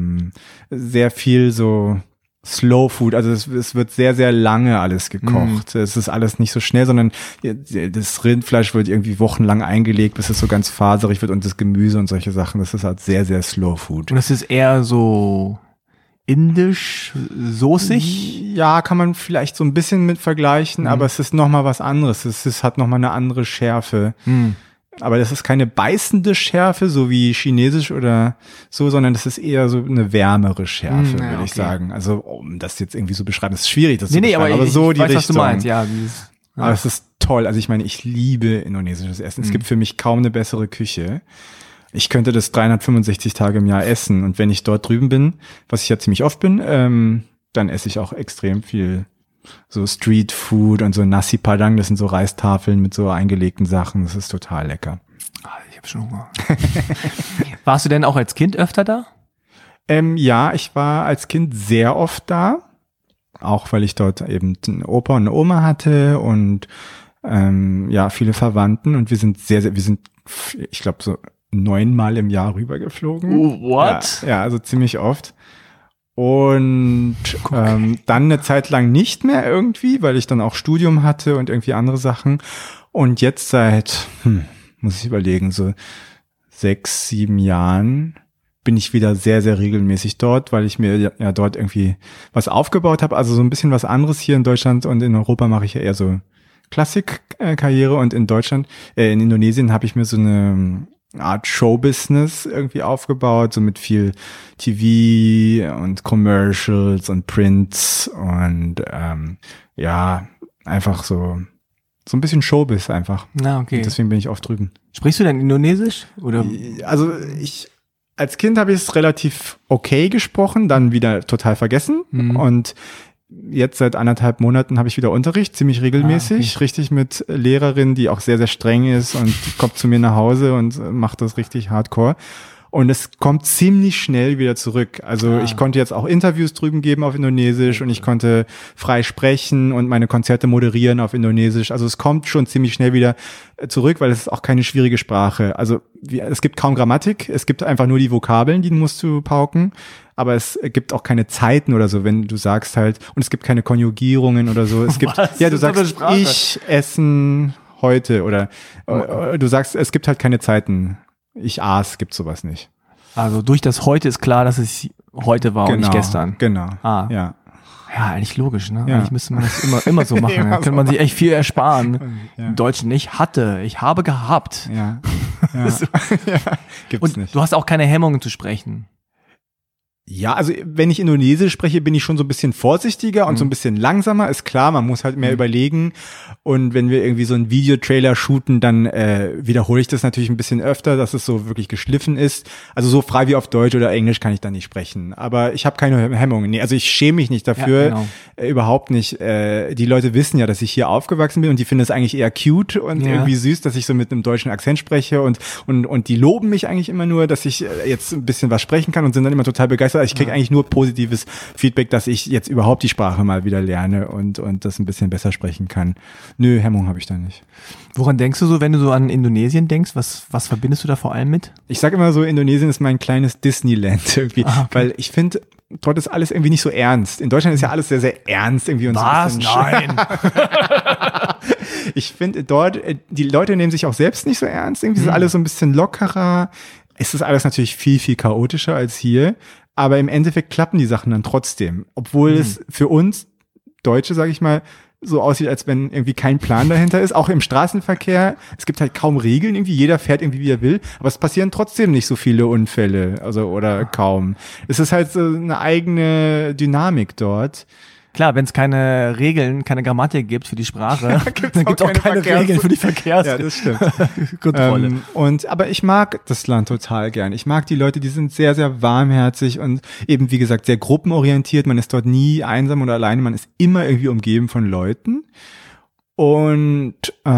Speaker 1: sehr viel so Slow Food, also es wird sehr, sehr lange alles gekocht. Es ist alles nicht so schnell, sondern das Rindfleisch wird irgendwie wochenlang eingelegt, bis es so ganz faserig wird und das Gemüse und solche Sachen. Das ist halt sehr, sehr Slow Food.
Speaker 2: Und das ist eher so indisch, soßig?
Speaker 1: Ja, kann man vielleicht so ein bisschen mit vergleichen, aber es ist nochmal was anderes. Es hat nochmal eine andere Schärfe. Aber das ist keine beißende Schärfe, so wie chinesisch oder so, sondern das ist eher so eine wärmere Schärfe, würde ich sagen. Also, um das jetzt irgendwie so beschreiben, das ist schwierig, das zu beschreiben, aber so die Richtung. Was du meinst, ja. Aber es ist toll. Also ich meine, ich liebe indonesisches Essen. Es gibt für mich kaum eine bessere Küche. Ich könnte das 365 Tage im Jahr essen. Und wenn ich dort drüben bin, was ich ja ziemlich oft bin, dann esse ich auch extrem viel so Street Food und so Nasi Padang. Das sind so Reistafeln mit so eingelegten Sachen. Das ist total lecker.
Speaker 2: Ich habe schon Hunger. Warst du denn auch als Kind öfter da?
Speaker 1: Ja, ich war als Kind sehr oft da. Auch weil ich dort eben einen Opa und eine Oma hatte und viele Verwandten. Und wir sind ich glaube, so 9-mal im Jahr rübergeflogen.
Speaker 2: What?
Speaker 1: Ja, also ziemlich oft. Und dann eine Zeit lang nicht mehr irgendwie, weil ich dann auch Studium hatte und irgendwie andere Sachen. Und jetzt seit, muss ich überlegen, so 6, 7 Jahren bin ich wieder sehr, sehr regelmäßig dort, weil ich mir ja dort irgendwie was aufgebaut habe. Also so ein bisschen was anderes hier in Deutschland und in Europa mache ich ja eher so Klassik-Karriere und in Indonesien habe ich mir so eine Art Showbusiness irgendwie aufgebaut, so mit viel TV und Commercials und Prints und einfach so ein bisschen Showbiz einfach.
Speaker 2: Okay.
Speaker 1: Und deswegen bin ich oft drüben.
Speaker 2: Sprichst du denn Indonesisch? Oder?
Speaker 1: Also als Kind habe ich es relativ okay gesprochen, dann wieder total vergessen und jetzt seit 1,5 Monaten habe ich wieder Unterricht, ziemlich regelmäßig, richtig mit Lehrerin, die auch sehr, sehr streng ist und kommt zu mir nach Hause und macht das richtig hardcore. Und es kommt ziemlich schnell wieder zurück. Also ich konnte jetzt auch Interviews drüben geben auf Indonesisch und ich konnte frei sprechen und meine Konzerte moderieren auf Indonesisch. Also es kommt schon ziemlich schnell wieder zurück, weil es ist auch keine schwierige Sprache. Also es gibt kaum Grammatik, es gibt einfach nur die Vokabeln, die musst du pauken. Aber es gibt auch keine Zeiten oder so, wenn du sagst halt, und es gibt keine Konjugierungen oder so. Es gibt, du sagst, ich essen heute oder du sagst, es gibt halt keine Zeiten. Ich aß, gibt sowas nicht.
Speaker 2: Also durch das Heute ist klar, dass es heute war und nicht gestern.
Speaker 1: Genau.
Speaker 2: Ja, eigentlich logisch, ne? Ja. Eigentlich müsste man das immer so machen. Da könnte man sich echt viel ersparen. Ja. Im Deutschen ich habe gehabt.
Speaker 1: Ja.
Speaker 2: Gibt's und nicht. Du hast auch keine Hemmungen zu sprechen.
Speaker 1: Ja, also wenn ich Indonesisch spreche, bin ich schon so ein bisschen vorsichtiger und so ein bisschen langsamer. Ist klar, man muss halt mehr überlegen. Und wenn wir irgendwie so einen Videotrailer shooten, dann wiederhole ich das natürlich ein bisschen öfter, dass es so wirklich geschliffen ist. Also so frei wie auf Deutsch oder Englisch kann ich da nicht sprechen. Aber ich habe keine Hemmungen. Nee, also ich schäme mich nicht dafür, überhaupt nicht. Die Leute wissen ja, dass ich hier aufgewachsen bin und die finden es eigentlich eher cute und irgendwie süß, dass ich so mit einem deutschen Akzent spreche und die loben mich eigentlich immer nur, dass ich jetzt ein bisschen was sprechen kann und sind dann immer total begeistert. Also ich kriege eigentlich nur positives Feedback, dass ich jetzt überhaupt die Sprache mal wieder lerne und das ein bisschen besser sprechen kann. Nö, Hemmung habe ich da nicht.
Speaker 2: Woran denkst du so, wenn du so an Indonesien denkst? Was verbindest du da vor allem mit?
Speaker 1: Ich sage immer so, Indonesien ist mein kleines Disneyland irgendwie, weil ich finde, dort ist alles irgendwie nicht so ernst. In Deutschland ist ja alles sehr, sehr ernst irgendwie. Und
Speaker 2: was?
Speaker 1: So
Speaker 2: Nein!
Speaker 1: Ich finde dort, die Leute nehmen sich auch selbst nicht so ernst. Irgendwie ist alles so ein bisschen lockerer. Es ist alles natürlich viel, viel chaotischer als hier. Aber im Endeffekt klappen die Sachen dann trotzdem. Obwohl es für uns Deutsche, sage ich mal, so aussieht, als wenn irgendwie kein Plan dahinter ist. Auch im Straßenverkehr. Es gibt halt kaum Regeln irgendwie. Jeder fährt irgendwie, wie er will. Aber es passieren trotzdem nicht so viele Unfälle. Oder kaum. Es ist halt so eine eigene Dynamik dort.
Speaker 2: Klar, wenn es keine Regeln, keine Grammatik gibt für die Sprache, dann gibt es auch keine Regeln für die
Speaker 1: Ja, das stimmt.
Speaker 2: Kontrolle.
Speaker 1: Aber ich mag das Land total gern. Ich mag die Leute, die sind sehr, sehr warmherzig und eben, wie gesagt, sehr gruppenorientiert. Man ist dort nie einsam oder alleine. Man ist immer irgendwie umgeben von Leuten. Und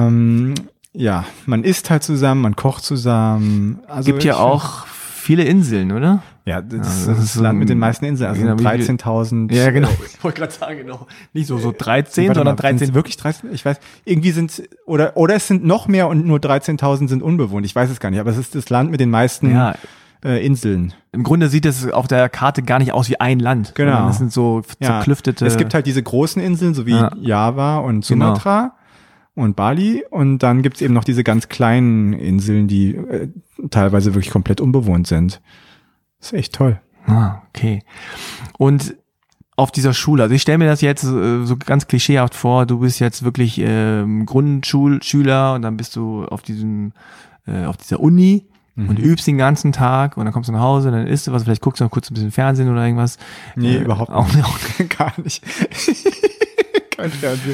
Speaker 1: ja, man isst halt zusammen, man kocht zusammen.
Speaker 2: Also gibt ja auch viele Inseln, oder?
Speaker 1: Ja, das ist das Land mit den meisten Inseln, also 13.000.
Speaker 2: Ja, genau. Ich wollte gerade sagen, genau. Nicht so 13, sondern 13.
Speaker 1: Wirklich 13? Ich weiß, irgendwie sind oder es sind noch mehr und nur 13.000 sind unbewohnt. Ich weiß es gar nicht, aber es ist das Land mit den meisten Inseln.
Speaker 2: Im Grunde sieht es auf der Karte gar nicht aus wie ein Land.
Speaker 1: Genau.
Speaker 2: Das sind so zerklüftete.
Speaker 1: Es gibt halt diese großen Inseln, so wie Java und Sumatra. Und Bali und dann gibt's eben noch diese ganz kleinen Inseln, die teilweise wirklich komplett unbewohnt sind. Das ist echt toll.
Speaker 2: Okay. Und auf dieser Schule, also ich stelle mir das jetzt so ganz klischeehaft vor, du bist jetzt wirklich Grundschulschüler und dann bist du auf dieser Uni und übst den ganzen Tag und dann kommst du nach Hause, dann isst du was, vielleicht guckst du noch kurz ein bisschen Fernsehen oder irgendwas.
Speaker 1: Nee, überhaupt nicht. Gar nicht. Kein Fernsehen.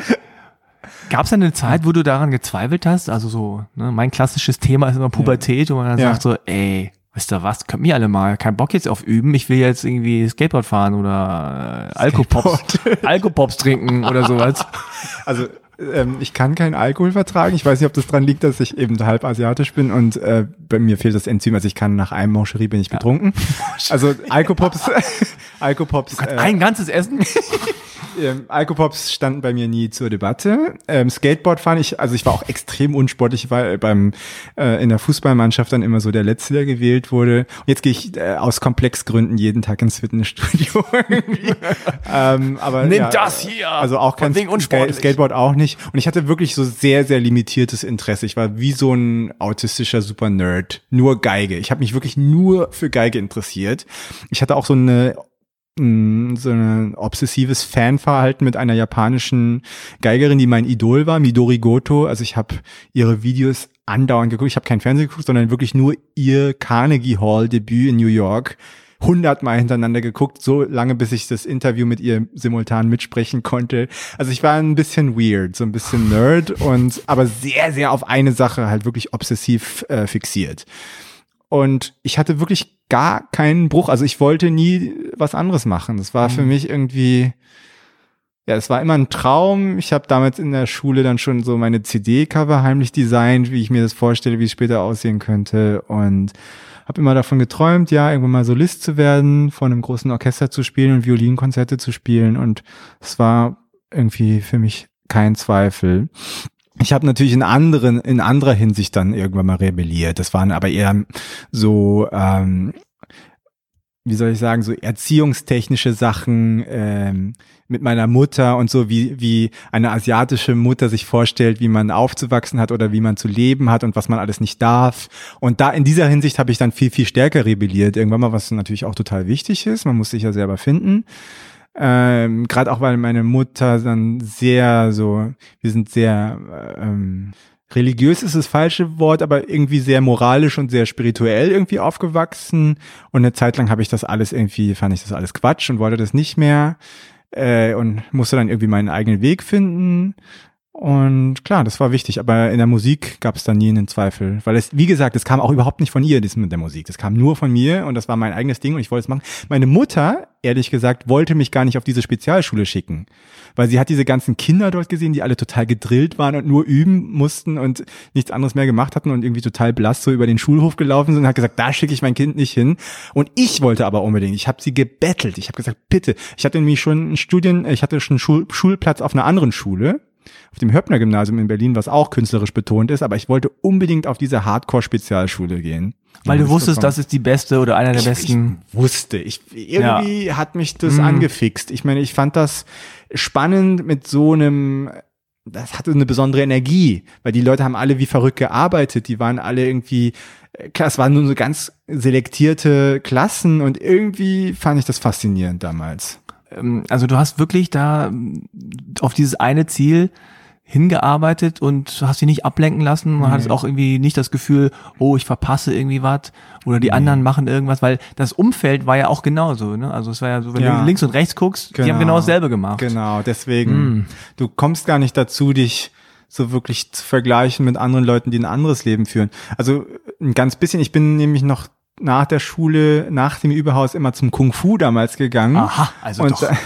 Speaker 2: Gab es eine Zeit, wo du daran gezweifelt hast? Also so, ne, mein klassisches Thema ist immer Pubertät, wo man dann sagt so, ey, wisst ihr was, könnt mir alle mal, kein Bock jetzt auf üben, ich will jetzt irgendwie Skateboard fahren oder Alkopops trinken oder sowas.
Speaker 1: Also ich kann keinen Alkohol vertragen. Ich weiß nicht, ob das dran liegt, dass ich eben halb asiatisch bin und bei mir fehlt das Enzym. Also ich kann nach einem Mancherie bin ich betrunken. Also Alkopops.
Speaker 2: Du kannst ein ganzes Essen?
Speaker 1: Alkopops standen bei mir nie zur Debatte. Skateboard fahren, ich war auch extrem unsportlich. Ich war in der Fußballmannschaft dann immer so der Letzte, der gewählt wurde. Und jetzt gehe ich aus Komplexgründen jeden Tag ins Fitnessstudio. Aber
Speaker 2: nimm das hier!
Speaker 1: Also auch kein Skateboard auch nicht. Und ich hatte wirklich so sehr, sehr limitiertes Interesse. Ich war wie so ein autistischer Super-Nerd. Nur Geige. Ich habe mich wirklich nur für Geige interessiert. Ich hatte auch so ein obsessives Fanverhalten mit einer japanischen Geigerin, die mein Idol war, Midori Goto. Also ich habe ihre Videos andauernd geguckt. Ich habe kein Fernsehen geguckt, sondern wirklich nur ihr Carnegie Hall Debüt in New York 100-mal hintereinander geguckt, so lange, bis ich das Interview mit ihr simultan mitsprechen konnte. Also ich war ein bisschen weird, so ein bisschen Nerd aber sehr, sehr auf eine Sache halt wirklich obsessiv fixiert. Und ich hatte wirklich gar keinen Bruch. Also ich wollte nie was anderes machen. Das war für mich irgendwie, es war immer ein Traum. Ich habe damals in der Schule dann schon so meine CD-Cover heimlich designt, wie ich mir das vorstelle, wie es später aussehen könnte. Und habe immer davon geträumt, irgendwann mal Solist zu werden, vor einem großen Orchester zu spielen und Violinkonzerte zu spielen. Und es war irgendwie für mich kein Zweifel. Ich habe natürlich in anderer Hinsicht dann irgendwann mal rebelliert. Das waren aber eher so, wie soll ich sagen, so erziehungstechnische Sachen mit meiner Mutter und so, wie eine asiatische Mutter sich vorstellt, wie man aufzuwachsen hat oder wie man zu leben hat und was man alles nicht darf. Und da in dieser Hinsicht habe ich dann viel, viel stärker rebelliert. Irgendwann mal, was natürlich auch total wichtig ist. Man muss sich ja selber finden. Gerade auch, weil meine Mutter dann wir sind sehr religiös ist das falsche Wort, aber irgendwie sehr moralisch und sehr spirituell irgendwie aufgewachsen. Und eine Zeit lang fand ich das alles Quatsch und wollte das nicht mehr und musste dann irgendwie meinen eigenen Weg finden. Und klar, das war wichtig, aber in der Musik gab es da nie einen Zweifel, weil es, wie gesagt, es kam auch überhaupt nicht von ihr, das mit der Musik, das kam nur von mir und das war mein eigenes Ding und ich wollte es machen. Meine Mutter, ehrlich gesagt, wollte mich gar nicht auf diese Spezialschule schicken, weil sie hat diese ganzen Kinder dort gesehen, die alle total gedrillt waren und nur üben mussten und nichts anderes mehr gemacht hatten und irgendwie total blass so über den Schulhof gelaufen sind und hat gesagt, da schicke ich mein Kind nicht hin. Und ich wollte aber unbedingt, ich habe sie gebettelt, ich habe gesagt, bitte, ich hatte nämlich schon Schulplatz auf einer anderen Schule, auf dem Höppner-Gymnasium in Berlin, was auch künstlerisch betont ist, aber ich wollte unbedingt auf diese Hardcore-Spezialschule gehen.
Speaker 2: Weil du wusstest, das ist die beste oder einer der besten.
Speaker 1: Irgendwie hat mich das angefixt. Ich meine, ich fand das spannend mit so einem, das hatte eine besondere Energie, weil die Leute haben alle wie verrückt gearbeitet, die waren alle irgendwie, klar, es waren nur so ganz selektierte Klassen und irgendwie fand ich das faszinierend damals.
Speaker 2: Also du hast wirklich da auf dieses eine Ziel hingearbeitet und hast dich nicht ablenken lassen. Man hat auch irgendwie nicht das Gefühl, oh, ich verpasse irgendwie was oder die anderen machen irgendwas, weil das Umfeld war ja auch genauso. Ne? Also es war ja so, wenn du links und rechts guckst, die haben genau dasselbe gemacht.
Speaker 1: Genau, deswegen, du kommst gar nicht dazu, dich so wirklich zu vergleichen mit anderen Leuten, die ein anderes Leben führen. Also ein ganz bisschen, ich bin nämlich noch nach der Schule, nach dem Überhaus immer zum Kung Fu damals gegangen.
Speaker 2: Aha, also
Speaker 1: und
Speaker 2: doch.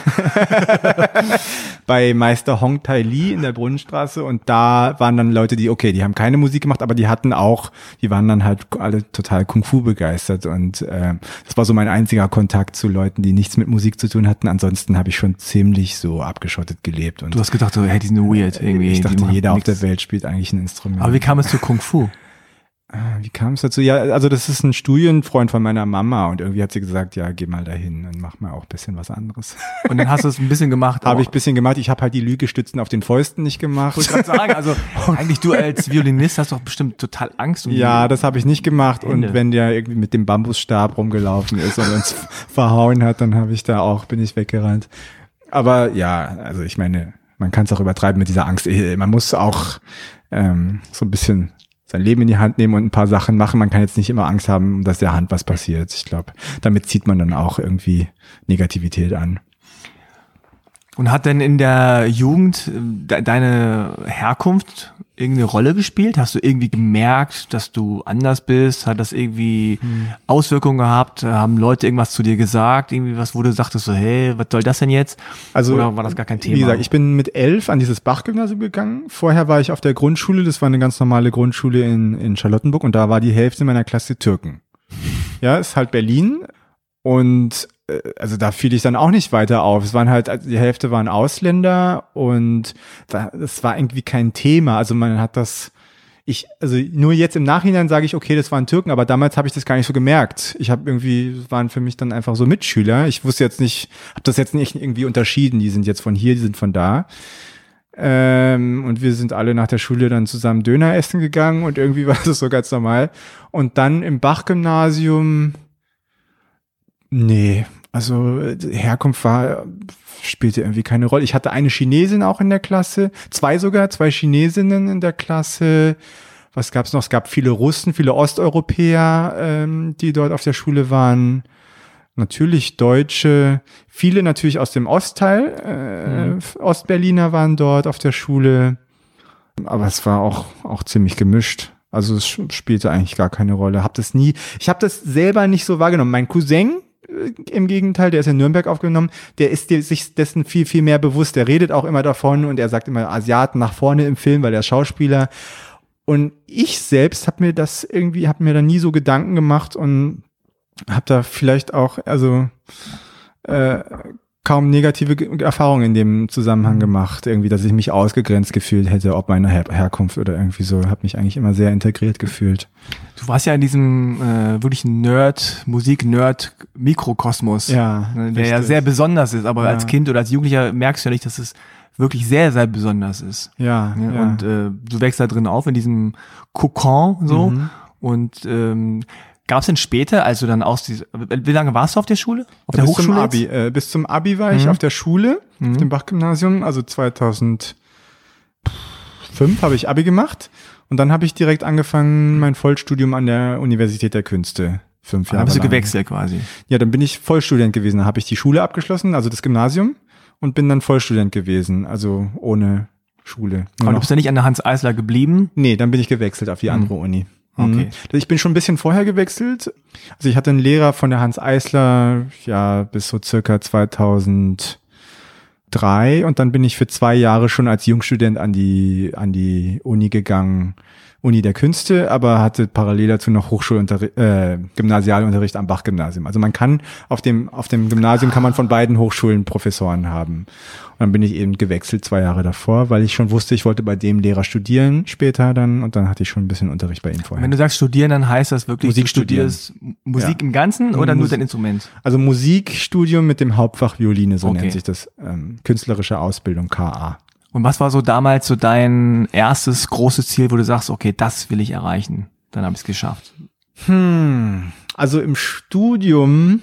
Speaker 1: Bei Meister Hong Tai Li in der Brunnenstraße und da waren dann Leute, die haben keine Musik gemacht, aber die waren dann halt alle total Kung Fu begeistert und das war so mein einziger Kontakt zu Leuten, die nichts mit Musik zu tun hatten. Ansonsten habe ich schon ziemlich so abgeschottet gelebt. Und
Speaker 2: du hast gedacht, hey, die sind weird irgendwie.
Speaker 1: Ich dachte, jeder auf der Welt spielt eigentlich ein Instrument.
Speaker 2: Aber wie kam es zu Kung Fu?
Speaker 1: Wie kam es dazu? Ja, also das ist ein Studienfreund von meiner Mama und irgendwie hat sie gesagt, ja, geh mal dahin und mach mal auch ein bisschen was anderes.
Speaker 2: Und dann hast du es ein bisschen gemacht?
Speaker 1: Habe ich ein bisschen gemacht. Ich habe halt die Lügestützen auf den Fäusten nicht gemacht.
Speaker 2: Ich wollte gerade sagen, also eigentlich du als Violinist hast doch bestimmt total Angst.
Speaker 1: Ja, das habe ich nicht gemacht. Hände. Und wenn der irgendwie mit dem Bambusstab rumgelaufen ist und uns verhauen hat, dann bin ich weggerannt. Aber ja, also ich meine, man kann es auch übertreiben mit dieser Angst. Man muss auch so ein bisschen sein Leben in die Hand nehmen und ein paar Sachen machen. Man kann jetzt nicht immer Angst haben, dass der Hand was passiert. Ich glaube, damit zieht man dann auch irgendwie Negativität an.
Speaker 2: Und hat denn in der Jugend deine Herkunft irgendeine Rolle gespielt? Hast du irgendwie gemerkt, dass du anders bist? Hat das irgendwie Auswirkungen gehabt? Haben Leute irgendwas zu dir gesagt? Irgendwie was, wo du sagtest so, hey, was soll das denn jetzt?
Speaker 1: Also,
Speaker 2: oder war das gar kein Thema?
Speaker 1: Wie gesagt, ich bin mit 11 an dieses Bach-Gymnasium gegangen. Vorher war ich auf der Grundschule. Das war eine ganz normale Grundschule in Charlottenburg und da war die Hälfte meiner Klasse Türken. Ja, ist halt Berlin. Und also da fiel ich dann auch nicht weiter auf. Es waren halt, also die Hälfte waren Ausländer und das war irgendwie kein Thema. Also man hat das, also nur jetzt im Nachhinein sage ich, okay, das waren Türken, aber damals habe ich das gar nicht so gemerkt. Waren für mich dann einfach so Mitschüler. Ich wusste jetzt nicht, habe das jetzt nicht irgendwie unterschieden. Die sind jetzt von hier, die sind von da. Und wir sind alle nach der Schule dann zusammen Döner essen gegangen und irgendwie war das so ganz normal. Und dann im Bach-Gymnasium, nee, also Herkunft spielte irgendwie keine Rolle. Ich hatte eine Chinesin auch in der Klasse, zwei Chinesinnen in der Klasse. Was gab's noch? Es gab viele Russen, viele Osteuropäer, die dort auf der Schule waren. Natürlich Deutsche, viele natürlich aus dem Ostteil, Ostberliner waren dort auf der Schule. Aber es war auch ziemlich gemischt. Also es spielte eigentlich gar keine Rolle. Ich habe das selber nicht so wahrgenommen. Mein Cousin, im Gegenteil, der ist in Nürnberg aufgenommen, der ist sich dessen viel, viel mehr bewusst. Der redet auch immer davon und er sagt immer Asiaten nach vorne im Film, weil er ist Schauspieler. Und ich selbst habe mir da nie so Gedanken gemacht und habe da vielleicht auch, kaum negative Erfahrungen in dem Zusammenhang gemacht, irgendwie, dass ich mich ausgegrenzt gefühlt hätte, ob meiner Herkunft oder irgendwie so, habe mich eigentlich immer sehr integriert gefühlt.
Speaker 2: Du warst ja in diesem wirklichen Musik-Nerd-Mikrokosmos, der
Speaker 1: richtig.
Speaker 2: ja sehr besonders ist, aber als Kind oder als Jugendlicher merkst du ja nicht, dass es wirklich sehr, sehr besonders ist.
Speaker 1: Ja.
Speaker 2: Und du wächst da drin auf, in diesem Kokon so und gab es denn später, also dann wie lange warst du auf der Schule? Auf der Hochschule?
Speaker 1: Bis zum Abi war ich auf der Schule, auf dem Bach-Gymnasium, also 2005 habe ich Abi gemacht Und dann habe ich direkt angefangen, mein Vollstudium an der Universität der Künste. 5 Jahre.
Speaker 2: Dann bist du gewechselt quasi.
Speaker 1: Ja, dann bin ich Vollstudent gewesen. Da habe ich die Schule abgeschlossen, also das Gymnasium, und bin dann Vollstudent gewesen, also ohne Schule.
Speaker 2: Aber du bist ja nicht an der Hans Eisler geblieben?
Speaker 1: Nee, dann bin ich gewechselt auf die andere Uni.
Speaker 2: Okay.
Speaker 1: Ich bin schon ein bisschen vorher gewechselt. Also ich hatte einen Lehrer von der Hans Eisler, ja, bis so circa 2003, und dann bin ich für 2 Jahre schon als Jungstudent an die Uni gegangen, Uni der Künste, aber hatte parallel dazu noch Gymnasialunterricht am Bach-Gymnasium. Also man kann auf dem Gymnasium kann man von beiden Hochschulen Professoren haben. Und dann bin ich eben gewechselt 2 Jahre davor, weil ich schon wusste, ich wollte bei dem Lehrer studieren später dann, und dann hatte ich schon ein bisschen Unterricht bei ihm vorher.
Speaker 2: Wenn du sagst studieren, dann heißt das wirklich,
Speaker 1: Musik
Speaker 2: du studierst Musik im Ganzen oder nur dein Instrument?
Speaker 1: Also Musikstudium mit dem Hauptfach Violine, so nennt sich das, künstlerische Ausbildung, KA.
Speaker 2: Und was war so damals so dein erstes großes Ziel, wo du sagst, okay, das will ich erreichen, dann habe ich es geschafft?
Speaker 1: Also im Studium,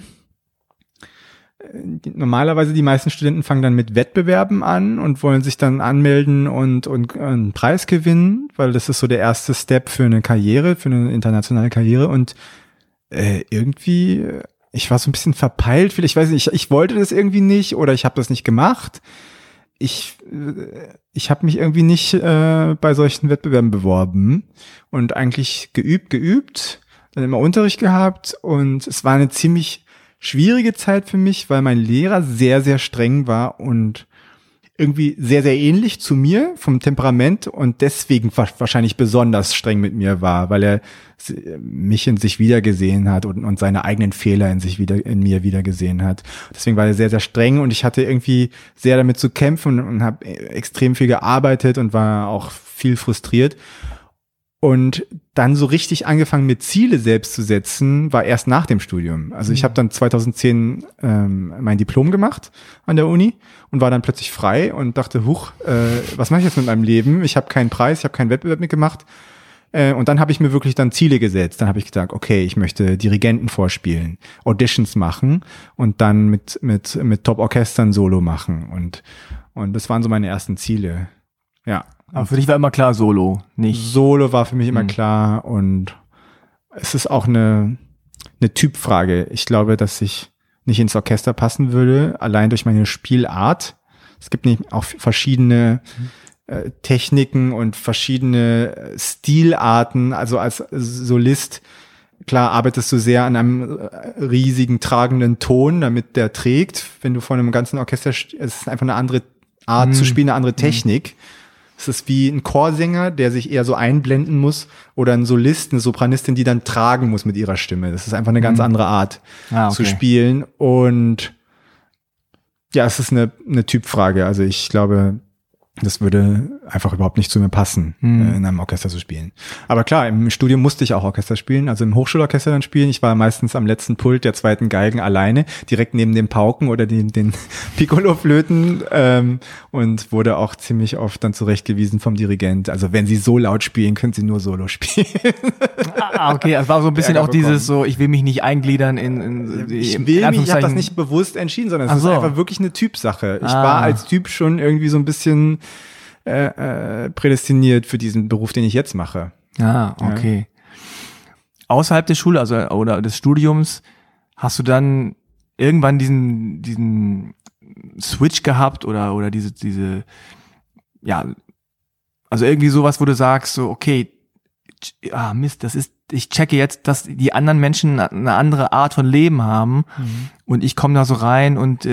Speaker 1: normalerweise die meisten Studenten fangen dann mit Wettbewerben an und wollen sich dann anmelden und einen Preis gewinnen, weil das ist so der erste Step für eine Karriere, für eine internationale Karriere, und irgendwie, ich war so ein bisschen verpeilt, ich weiß nicht, ich wollte das irgendwie nicht oder ich habe das nicht gemacht. Ich habe mich irgendwie nicht bei solchen Wettbewerben beworben und eigentlich geübt, dann immer Unterricht gehabt, und es war eine ziemlich schwierige Zeit für mich, weil mein Lehrer sehr, sehr streng war und irgendwie sehr, sehr ähnlich zu mir vom Temperament und deswegen wahrscheinlich besonders streng mit mir war, weil er mich in sich wiedergesehen hat und seine eigenen Fehler in mir wiedergesehen hat. Deswegen war er sehr, sehr streng, und ich hatte irgendwie sehr damit zu kämpfen und habe extrem viel gearbeitet und war auch viel frustriert. Und dann so richtig angefangen, mir Ziele selbst zu setzen, war erst nach dem Studium. Also ich habe dann 2010 mein Diplom gemacht an der Uni und war dann plötzlich frei und dachte, was mache ich jetzt mit meinem Leben? Ich habe keinen Preis, ich habe keinen Wettbewerb mitgemacht. Und dann habe ich mir wirklich dann Ziele gesetzt. Dann habe ich gesagt, okay, ich möchte Dirigenten vorspielen, Auditions machen und dann mit Top-Orchestern Solo machen. Und das waren so meine ersten Ziele. Ja.
Speaker 2: Aber für dich war immer klar, Solo, nicht?
Speaker 1: Solo war für mich immer klar, und es ist auch eine Typfrage. Ich glaube, dass ich nicht ins Orchester passen würde, allein durch meine Spielart. Es gibt auch verschiedene Techniken und verschiedene Stilarten. Also als Solist, klar, arbeitest du sehr an einem riesigen tragenden Ton, damit der trägt. Wenn du vor einem ganzen Orchester, es ist einfach eine andere Art zu spielen, eine andere Technik. Es ist wie ein Chorsänger, der sich eher so einblenden muss, oder ein Solist, eine Sopranistin, die dann tragen muss mit ihrer Stimme. Das ist einfach eine ganz andere Art zu spielen. Und ja, es ist eine Typfrage. Also ich glaube, das würde einfach überhaupt nicht zu mir passen, in einem Orchester zu spielen. Aber klar, im Studium musste ich auch Orchester spielen, also im Hochschulorchester dann spielen. Ich war meistens am letzten Pult der zweiten Geigen alleine, direkt neben den Pauken oder den Piccolo-Flöten, und wurde auch ziemlich oft dann zurechtgewiesen vom Dirigent. Also wenn Sie so laut spielen, können Sie nur Solo spielen.
Speaker 2: Okay, es war so ein bisschen auch dieses so, ich will mich nicht eingliedern
Speaker 1: ich habe das nicht bewusst entschieden, sondern es ist einfach wirklich eine Typsache. Ich war als Typ schon irgendwie so ein bisschen prädestiniert für diesen Beruf, den ich jetzt mache.
Speaker 2: Okay. Außerhalb der Schule, also oder des Studiums, hast du dann irgendwann diesen Switch gehabt oder diese ja, also irgendwie sowas, wo du sagst so, okay, Mist, ich checke jetzt, dass die anderen Menschen eine andere Art von Leben haben, und ich komme da so rein und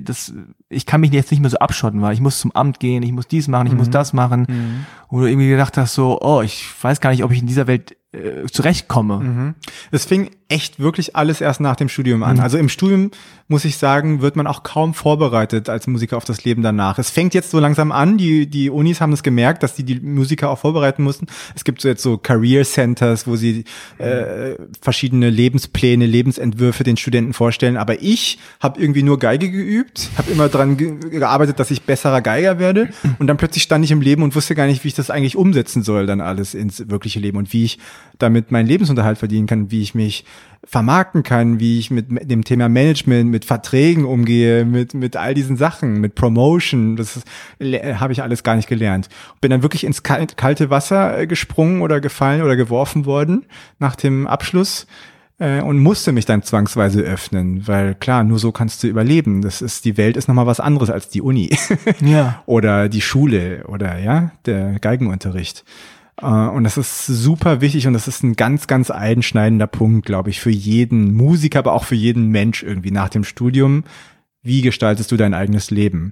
Speaker 2: ich kann mich jetzt nicht mehr so abschotten, weil ich muss zum Amt gehen, ich muss dies machen, ich muss das machen, wo du irgendwie gedacht hast so, ich weiß gar nicht, ob ich in dieser Welt zurechtkomme.
Speaker 1: Es fing echt wirklich alles erst nach dem Studium an. Also im Studium, muss ich sagen, wird man auch kaum vorbereitet als Musiker auf das Leben danach. Es fängt jetzt so langsam an, die Unis haben das gemerkt, dass die Musiker auch vorbereiten mussten. Es gibt so jetzt so Career Centers, wo sie verschiedene Lebenspläne, Lebensentwürfe den Studenten vorstellen, aber ich habe irgendwie nur Geige geübt, habe immer dran gearbeitet, dass ich besserer Geiger werde, und dann plötzlich stand ich im Leben und wusste gar nicht, wie ich das eigentlich umsetzen soll dann alles ins wirkliche Leben und wie ich damit meinen Lebensunterhalt verdienen kann, wie ich mich vermarkten kann, wie ich mit dem Thema Management, mit Verträgen umgehe, mit all diesen Sachen, mit Promotion, das habe ich alles gar nicht gelernt. Bin dann wirklich ins kalte Wasser gesprungen oder gefallen oder geworfen worden nach dem Abschluss und musste mich dann zwangsweise öffnen, weil klar, nur so kannst du überleben. Die Welt ist nochmal was anderes als die Uni
Speaker 2: ja.
Speaker 1: oder die Schule oder ja, der Geigenunterricht. Und das ist super wichtig und das ist ein ganz, ganz einschneidender Punkt, glaube ich, für jeden Musiker, aber auch für jeden Mensch irgendwie nach dem Studium. Wie gestaltest du dein eigenes Leben?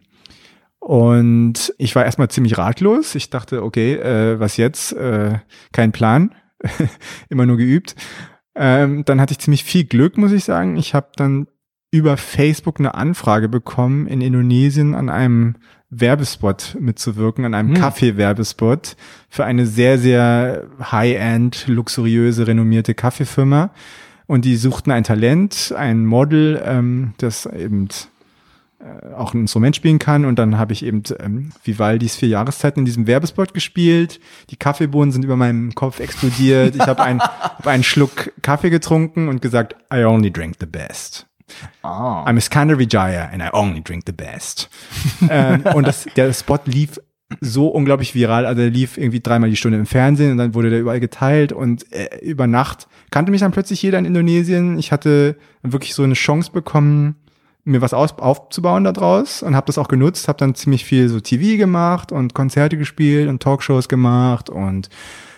Speaker 1: Und ich war erstmal ziemlich ratlos. Ich dachte, okay, was jetzt? Kein Plan. Immer nur geübt. Dann hatte ich ziemlich viel Glück, muss ich sagen. Ich habe dann über Facebook eine Anfrage bekommen, in Indonesien an einem Werbespot mitzuwirken, an einem Kaffee-Werbespot für eine sehr, sehr high-end, luxuriöse, renommierte Kaffeefirma. Und die suchten ein Talent, ein Model, das eben auch ein Instrument spielen kann. Und dann habe ich eben Vivaldis 4 Jahreszeiten in diesem Werbespot gespielt. Die Kaffeebohnen sind über meinem Kopf explodiert. Ich habe einen Schluck Kaffee getrunken und gesagt, I only drink the best.
Speaker 2: Oh.
Speaker 1: I'm Iskander Vijaya and I only drink the best. Und der Spot lief so unglaublich viral, also der lief irgendwie 3-mal die Stunde im Fernsehen und dann wurde der überall geteilt und über Nacht kannte mich dann plötzlich jeder in Indonesien. Ich hatte wirklich so eine Chance bekommen, mir was aufzubauen da draus und habe das auch genutzt, habe dann ziemlich viel so TV gemacht und Konzerte gespielt und Talkshows gemacht und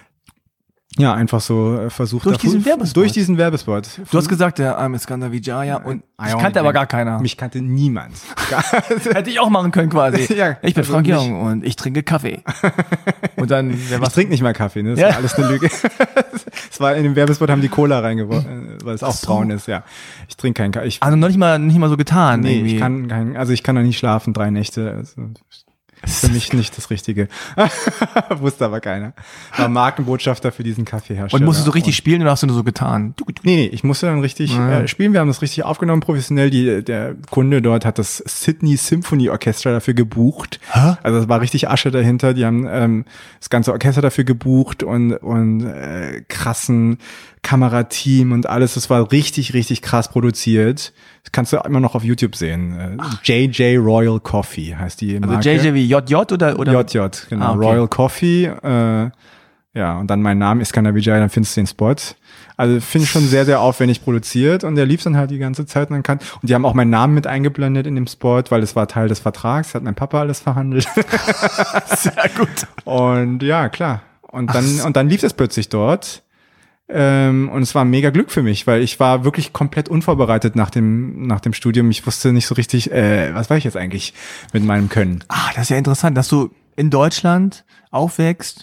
Speaker 1: ja, einfach so versucht.
Speaker 2: Durch diesen Werbespot?
Speaker 1: Durch diesen Werbespot.
Speaker 2: Du hast gesagt, der I'm Iskander Vijaya und ich kannte aber gar keiner.
Speaker 1: Mich kannte niemand.
Speaker 2: Hätte ich auch machen können quasi.
Speaker 1: Ja,
Speaker 2: ich bin Frank Jung und ich trinke Kaffee. Und dann,
Speaker 1: ich trinke nicht mal Kaffee, ne? Das war alles eine Lüge. Es war in dem Werbespot haben die Cola reingeworfen, weil es auch braun ist, ja. Ich trinke keinen Kaffee.
Speaker 2: Also noch nicht mal so getan.
Speaker 1: Nee,
Speaker 2: irgendwie.
Speaker 1: ich kann da nicht schlafen, 3 Nächte. Also, für mich nicht das Richtige. Wusste aber keiner. War Markenbotschafter für diesen Kaffeehersteller.
Speaker 2: Und musst du so richtig spielen oder hast du nur so getan?
Speaker 1: Nee, ich musste dann richtig spielen. Wir haben das richtig aufgenommen, professionell. Der Kunde dort hat das Sydney Symphony Orchestra dafür gebucht.
Speaker 2: Hä?
Speaker 1: Also es war richtig Asche dahinter. Die haben das ganze Orchester dafür gebucht und krassen Kamerateam und alles. Das war richtig, richtig krass produziert. Das kannst du immer noch auf YouTube sehen. JJ Royal Coffee heißt die Marke.
Speaker 2: Also JJ wie JJ oder?
Speaker 1: JJ, genau. Okay. Royal Coffee. Ja, und dann mein Name Iskander Vijaya, dann findest du den Spot. Also finde ich schon sehr, sehr aufwendig produziert und der lief dann halt die ganze Zeit. Und die haben auch meinen Namen mit eingeblendet in dem Spot, weil es war Teil des Vertrags. Hat mein Papa alles verhandelt.
Speaker 2: Sehr gut.
Speaker 1: Und ja, klar. Und dann lief es plötzlich dort. Und es war ein mega Glück für mich, weil ich war wirklich komplett unvorbereitet nach dem Studium. Ich wusste nicht so richtig, was war ich jetzt eigentlich mit meinem Können.
Speaker 2: Das ist ja interessant, dass du in Deutschland aufwächst,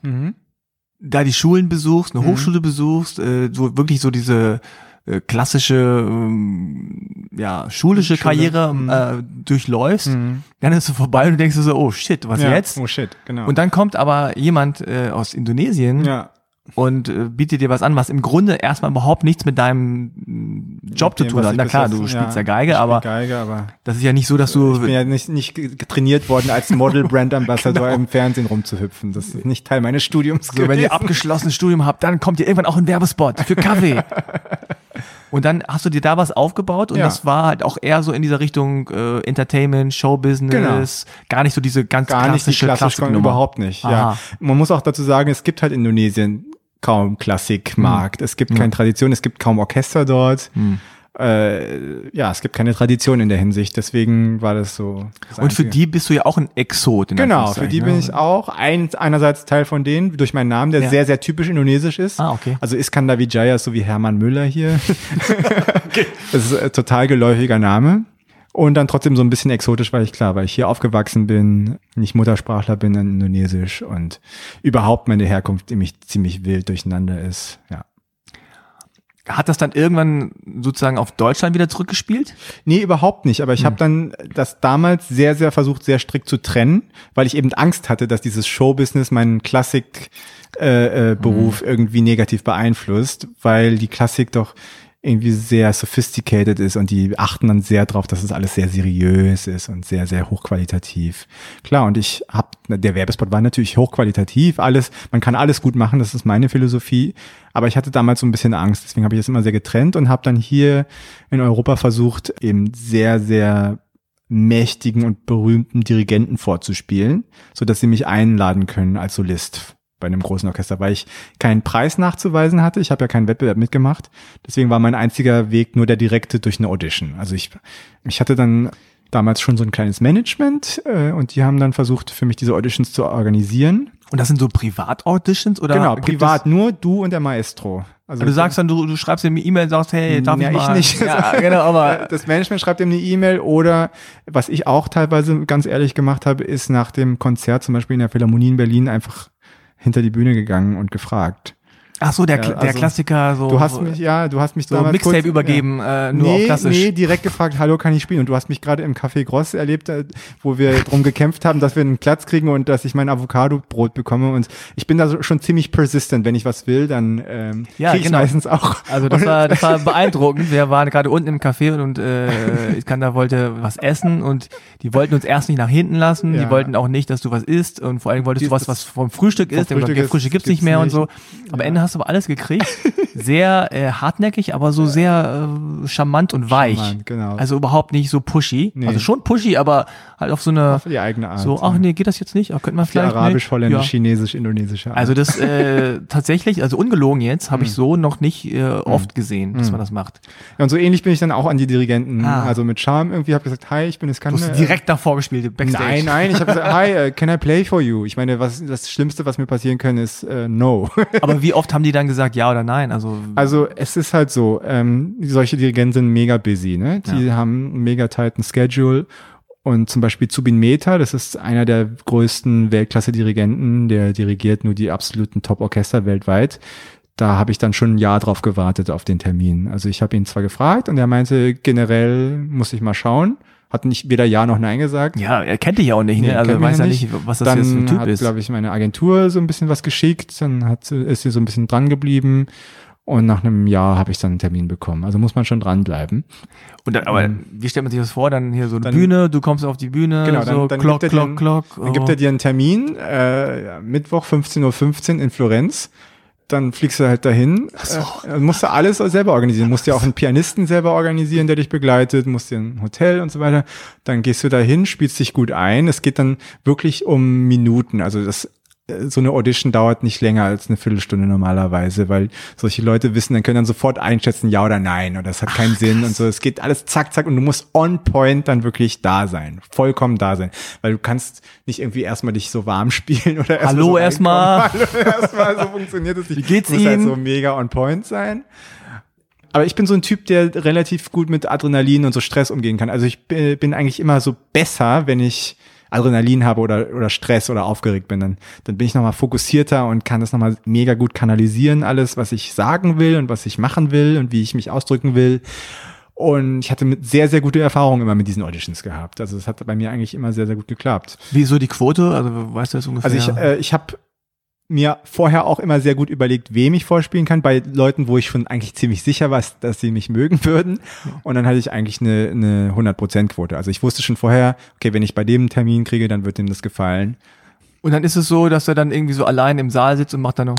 Speaker 2: da die Schulen besuchst, eine Hochschule besuchst, so wirklich so diese klassische schulische Karriere durchläufst, dann ist es vorbei und du denkst so, oh shit, was jetzt?
Speaker 1: Oh shit, genau.
Speaker 2: Und dann kommt aber jemand aus Indonesien und bietet dir was an, was im Grunde erstmal überhaupt nichts mit deinem Job zu tun hat. Na klar, du spielst ja Geige, aber das ist ja nicht so, dass du...
Speaker 1: Ich bin ja nicht trainiert worden, als Model-Brand-Ambassador im Fernsehen rumzuhüpfen. Das ist nicht Teil meines Studiums
Speaker 2: gewesen. Wenn ihr abgeschlossenes Studium habt, dann kommt ihr irgendwann auch ein Werbespot für Kaffee. Und dann hast du dir da was aufgebaut und das war halt auch eher so in dieser Richtung Entertainment, Showbusiness, gar nicht so diese ganz klassische
Speaker 1: Nummer. Überhaupt nicht. Ja, man muss auch dazu sagen, es gibt halt in Indonesien kaum Klassikmarkt. Es gibt keine Tradition, es gibt kaum Orchester dort. Es gibt keine Tradition in der Hinsicht, deswegen war das so.
Speaker 2: Und für die bist du ja auch ein Exot.
Speaker 1: Genau, für die bin ich auch einerseits Teil von denen, durch meinen Namen, der sehr, sehr typisch indonesisch ist.
Speaker 2: Okay.
Speaker 1: Also Iskander Vijaya ist so wie Hermann Müller hier. Okay. Das ist ein total geläufiger Name. Und dann trotzdem so ein bisschen exotisch, weil ich hier aufgewachsen bin, nicht Muttersprachler bin in Indonesisch und überhaupt meine Herkunft ziemlich wild durcheinander ist, ja.
Speaker 2: Hat das dann irgendwann sozusagen auf Deutschland wieder zurückgespielt?
Speaker 1: Nee, überhaupt nicht. Aber ich habe dann das damals sehr, sehr versucht, sehr strikt zu trennen, weil ich eben Angst hatte, dass dieses Showbusiness meinen Klassik-Beruf irgendwie negativ beeinflusst, weil die Klassik doch irgendwie sehr sophisticated ist und die achten dann sehr drauf, dass es alles sehr seriös ist und sehr, sehr hochqualitativ. Klar, und der Werbespot war natürlich hochqualitativ, man kann alles gut machen, das ist meine Philosophie, aber ich hatte damals so ein bisschen Angst, deswegen habe ich es immer sehr getrennt und habe dann hier in Europa versucht, eben sehr, sehr mächtigen und berühmten Dirigenten vorzuspielen, so dass sie mich einladen können als Solist bei einem großen Orchester, weil ich keinen Preis nachzuweisen hatte. Ich habe ja keinen Wettbewerb mitgemacht. Deswegen war mein einziger Weg nur der direkte durch eine Audition. Also ich hatte dann damals schon so ein kleines Management und die haben dann versucht, für mich diese Auditions zu organisieren.
Speaker 2: Und das sind so Privat-Auditions? Oder
Speaker 1: genau, privat, nur du und der Maestro.
Speaker 2: Also du sagst dann, du schreibst ihm eine E-Mail und sagst, hey, darf ich mal?
Speaker 1: Ich nicht.
Speaker 2: Ja, genau, aber
Speaker 1: das Management schreibt ihm eine E-Mail oder was ich auch teilweise ganz ehrlich gemacht habe, ist nach dem Konzert zum Beispiel in der Philharmonie in Berlin einfach hinter die Bühne gegangen und gefragt.
Speaker 2: Ach so, der Klassiker, so.
Speaker 1: Du hast mich
Speaker 2: so
Speaker 1: damals
Speaker 2: Mixtape
Speaker 1: kurz,
Speaker 2: übergeben, nur auf klassisch.
Speaker 1: Nee, direkt gefragt, hallo, kann ich spielen? Und du hast mich gerade im Café Gross erlebt, wo wir drum gekämpft haben, dass wir einen Platz kriegen und dass ich mein Avocado-Brot bekomme. Und ich bin da schon ziemlich persistent. Wenn ich was will, dann kriege ich meistens auch.
Speaker 2: Also das war beeindruckend. Wir waren gerade unten im Café und Iskander wollte was essen und die wollten uns erst nicht nach hinten lassen. Die wollten auch nicht, dass du was isst und vor allem wolltest du was vom Frühstück isst. Frühstück gibt's nicht mehr und so. Am Ende hast du aber alles gekriegt. Sehr hartnäckig, aber so sehr charmant und weich. Charmant, genau. Also überhaupt nicht so pushy. Nee. Also schon pushy, aber halt auf so eine...
Speaker 1: Auf die eigene Art.
Speaker 2: So, ach nee, geht das jetzt nicht? Könnte man vielleicht
Speaker 1: Arabisch, Holländisch, Chinesisch, Indonesische Art.
Speaker 2: Also das tatsächlich, also ungelogen jetzt, habe ich so noch nicht oft gesehen, dass man das macht.
Speaker 1: Ja, und so ähnlich bin ich dann auch an die Dirigenten. Also mit Charme irgendwie habe gesagt, hi, ich bin Iskander.
Speaker 2: Du hast direkt davor gespielt, Backstage.
Speaker 1: Nein, ich habe gesagt, hi, can I play for you? Ich meine, das Schlimmste, was mir passieren kann, ist no.
Speaker 2: Aber wie oft haben die dann gesagt, ja oder nein?
Speaker 1: Also es ist halt so, solche Dirigenten sind mega busy, ne? Die haben einen mega tighten Schedule und zum Beispiel Zubin Mehta, das ist einer der größten Weltklasse-Dirigenten, der dirigiert nur die absoluten Top-Orchester weltweit. Da habe ich dann schon ein Jahr drauf gewartet auf den Termin. Also ich habe ihn zwar gefragt und er meinte, generell muss ich mal schauen. Hat nicht weder Ja noch Nein gesagt.
Speaker 2: Ja, er kennt dich ja auch nicht, ne? Also weiß ja nicht, was das jetzt für ein Typ ist.
Speaker 1: Dann hat, glaube ich, meine Agentur so ein bisschen was geschickt, dann ist sie so ein bisschen dran geblieben und nach einem Jahr habe ich dann einen Termin bekommen. Also muss man schon dranbleiben.
Speaker 2: Und dann, aber wie stellt man sich das vor? Dann hier so eine Bühne, du kommst auf die Bühne,
Speaker 1: genau,
Speaker 2: so
Speaker 1: dann
Speaker 2: Glock.
Speaker 1: Dann gibt er dir einen Termin, Mittwoch 15:15 Uhr in Florenz. Dann fliegst du halt dahin, musst du alles selber organisieren, musst dir auch einen Pianisten selber organisieren, der dich begleitet, musst dir ein Hotel und so weiter. Dann gehst du dahin, spielst dich gut ein. Es geht dann wirklich um Minuten. Also so eine Audition dauert nicht länger als eine Viertelstunde normalerweise, weil solche Leute wissen, dann können dann sofort einschätzen, ja oder nein, oder das hat keinen Sinn und so. Es geht alles zack, zack und du musst on point dann wirklich da sein, vollkommen da sein, weil du kannst nicht irgendwie erstmal dich so warm spielen oder
Speaker 2: Hallo erstmal,
Speaker 1: so funktioniert es nicht.
Speaker 2: Wie geht's
Speaker 1: Ihnen?
Speaker 2: Ihnen?
Speaker 1: Halt so mega on point sein. Aber ich bin so ein Typ, der relativ gut mit Adrenalin und so Stress umgehen kann. Also ich bin eigentlich immer so besser, wenn ich Adrenalin habe oder Stress oder aufgeregt bin, dann bin ich nochmal fokussierter und kann das nochmal mega gut kanalisieren, alles, was ich sagen will und was ich machen will und wie ich mich ausdrücken will. Und ich hatte sehr, sehr gute Erfahrungen immer mit diesen Auditions gehabt. Also es hat bei mir eigentlich immer sehr, sehr gut geklappt.
Speaker 2: Wieso die Quote? Also weißt du das ungefähr?
Speaker 1: Also ich habe mir vorher auch immer sehr gut überlegt, wem ich vorspielen kann, bei Leuten, wo ich schon eigentlich ziemlich sicher war, dass sie mich mögen würden. Und dann hatte ich eigentlich eine 100%-Quote. Also ich wusste schon vorher, okay, wenn ich bei dem einen Termin kriege, dann wird dem das gefallen.
Speaker 2: Und dann ist es so, dass er dann irgendwie so allein im Saal sitzt und macht dann noch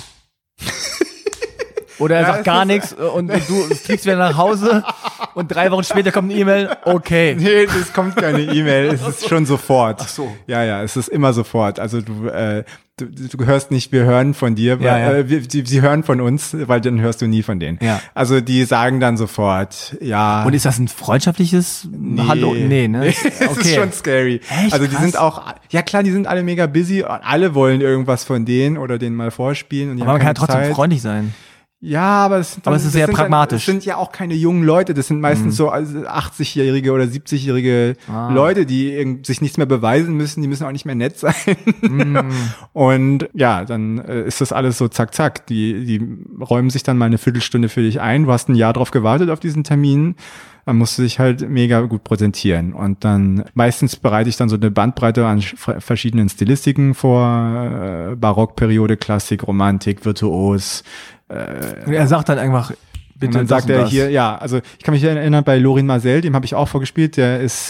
Speaker 2: oder er sagt gar nichts und du fliegst wieder nach Hause und 3 Wochen später kommt eine E-Mail, okay.
Speaker 1: Nee, es kommt keine E-Mail, es ist schon sofort.
Speaker 2: Ach so.
Speaker 1: Ja, es ist immer sofort. Also du hörst nicht, wir hören von dir, weil sie hören von uns, weil dann hörst du nie von denen.
Speaker 2: Ja.
Speaker 1: Also die sagen dann sofort, ja.
Speaker 2: Und ist das ein freundschaftliches Hallo? Nee, ne?
Speaker 1: Okay. Das ist schon scary.
Speaker 2: Echt?
Speaker 1: Also die
Speaker 2: Krass.
Speaker 1: sind auch, ja klar, die sind alle mega busy und alle wollen irgendwas von denen oder denen mal vorspielen. Und die
Speaker 2: aber man
Speaker 1: haben
Speaker 2: kann ja trotzdem
Speaker 1: Zeit.
Speaker 2: freundlich sein.
Speaker 1: Ja, aber es
Speaker 2: ist sehr pragmatisch.
Speaker 1: Das sind ja auch keine jungen Leute, das sind meistens so 80-jährige oder 70-jährige Leute, die sich nichts mehr beweisen müssen, die müssen auch nicht mehr nett sein. Und ja, dann ist das alles so zack, zack. Die räumen sich dann mal eine Viertelstunde für dich ein. Du hast ein Jahr drauf gewartet auf diesen Termin. Dann musst du dich halt mega gut präsentieren. Und dann meistens bereite ich dann so eine Bandbreite an verschiedenen Stilistiken vor. Barockperiode, Klassik, Romantik, Virtuos.
Speaker 2: Und er sagt dann einfach,
Speaker 1: Bitte, und dann sagt er hier, ja, also ich kann mich erinnern, bei Lorin Maazel, dem habe ich auch vorgespielt, der ist,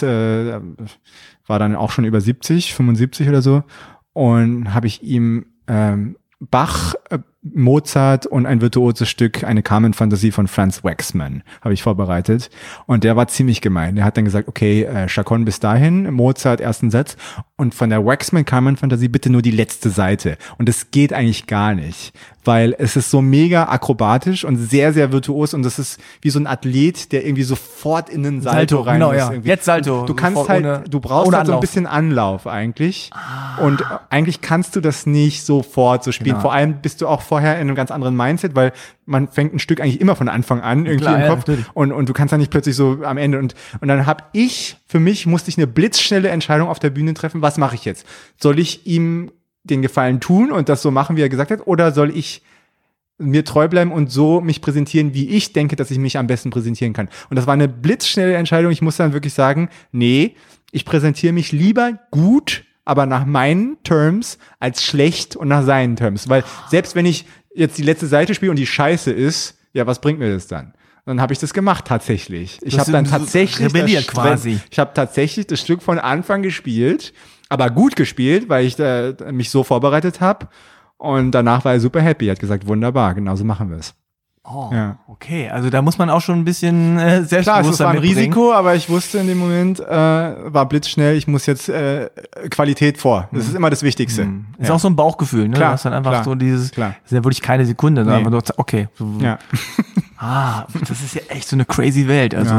Speaker 1: war dann auch schon über 70, 75 oder so, und habe ich ihm Bach, Mozart und ein virtuoses Stück, eine Carmen-Fantasie von Franz Waxman, habe ich vorbereitet. Und der war ziemlich gemein. Der hat dann gesagt, okay, Chaconne bis dahin, Mozart ersten Satz und von der Waxman Carmen-Fantasie bitte nur die letzte Seite. Und das geht eigentlich gar nicht, weil es ist so mega akrobatisch und sehr, sehr virtuos und das ist wie so ein Athlet, der irgendwie sofort in den Salto rein
Speaker 2: muss.
Speaker 1: Genau, ja.
Speaker 2: Jetzt Salto.
Speaker 1: Und du kannst halt, du brauchst halt so ein bisschen Anlauf eigentlich. Und eigentlich kannst du das nicht sofort so spielen. Genau. Vor allem bist du auch vorher in einem ganz anderen Mindset, weil man fängt ein Stück eigentlich immer von Anfang an irgendwie im Kopf und du kannst dann nicht plötzlich so am Ende und dann musste ich eine blitzschnelle Entscheidung auf der Bühne treffen, was mache ich jetzt? Soll ich ihm den Gefallen tun und das so machen, wie er gesagt hat, oder soll ich mir treu bleiben und so mich präsentieren, wie ich denke, dass ich mich am besten präsentieren kann? Und das war eine blitzschnelle Entscheidung. Ich muss dann wirklich sagen, nee, ich präsentiere mich lieber gut, aber nach meinen Terms als schlecht und nach seinen Terms. Weil selbst wenn ich jetzt die letzte Seite spiele und die scheiße ist, ja, was bringt mir das dann? Dann habe ich das gemacht tatsächlich. Ich habe dann tatsächlich Ich habe tatsächlich das Stück von Anfang gespielt, aber gut gespielt, weil ich mich so vorbereitet habe. Und danach war er super happy. Er hat gesagt, wunderbar, genauso machen wir es.
Speaker 2: Oh, ja. Okay. Also da muss man auch schon ein bisschen Selbstbewusstsein
Speaker 1: Klar, es war ein
Speaker 2: mitbringen.
Speaker 1: Risiko, aber ich wusste in dem Moment, war blitzschnell, ich muss jetzt Qualität vor. Das ist immer das Wichtigste.
Speaker 2: Ist auch so ein Bauchgefühl, ne?
Speaker 1: Klar,
Speaker 2: du hast dann einfach so dieses,
Speaker 1: klar.
Speaker 2: Das ist ja wirklich keine Sekunde, ne? Aber du sagst, okay.
Speaker 1: Ja.
Speaker 2: Das ist ja echt so eine crazy Welt. Also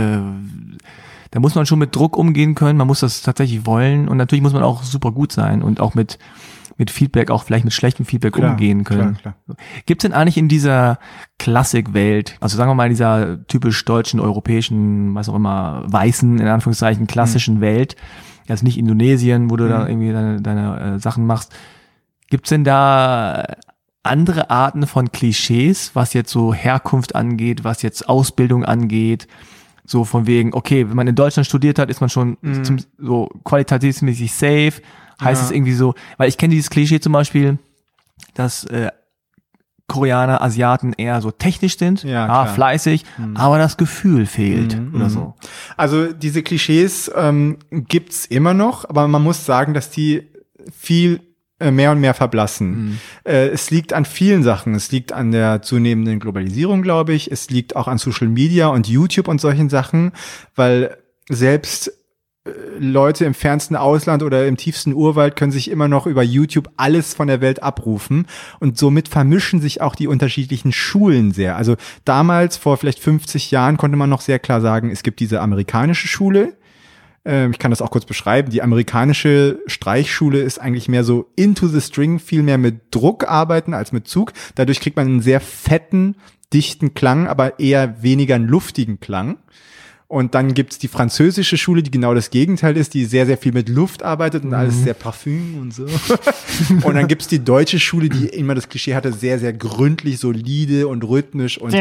Speaker 2: da muss man schon mit Druck umgehen können, man muss das tatsächlich wollen und natürlich muss man auch super gut sein und auch mit Feedback, auch vielleicht mit schlechtem Feedback umgehen können.
Speaker 1: Klar.
Speaker 2: Gibt's denn eigentlich in dieser Klassikwelt, also sagen wir mal in dieser typisch deutschen, europäischen, was auch immer, weißen, in Anführungszeichen, klassischen Welt, also nicht Indonesien, wo du da irgendwie deine Sachen machst, gibt's denn da andere Arten von Klischees, was jetzt so Herkunft angeht, was jetzt Ausbildung angeht, so von wegen, okay, wenn man in Deutschland studiert hat, ist man schon so qualitativmäßig safe, heißt es irgendwie so, weil ich kenne dieses Klischee zum Beispiel, dass Koreaner, Asiaten eher so technisch sind, fleißig, aber das Gefühl fehlt oder so.
Speaker 1: Also diese Klischees gibt's immer noch, aber man muss sagen, dass die viel mehr und mehr verblassen. Es liegt an vielen Sachen. Es liegt an der zunehmenden Globalisierung, glaube ich. Es liegt auch an Social Media und YouTube und solchen Sachen, weil selbst Leute im fernsten Ausland oder im tiefsten Urwald können sich immer noch über YouTube alles von der Welt abrufen und somit vermischen sich auch die unterschiedlichen Schulen sehr. Also damals, vor vielleicht 50 Jahren, konnte man noch sehr klar sagen, es gibt diese amerikanische Schule. Ich kann das auch kurz beschreiben. Die amerikanische Streichschule ist eigentlich mehr so into the string, viel mehr mit Druck arbeiten als mit Zug. Dadurch kriegt man einen sehr fetten, dichten Klang, aber eher weniger einen luftigen Klang. Und dann gibt's die französische Schule, die genau das Gegenteil ist, die sehr, sehr viel mit Luft arbeitet und alles sehr Parfüm und so. Und dann gibt's die deutsche Schule, die immer das Klischee hatte, sehr, sehr gründlich, solide und rhythmisch und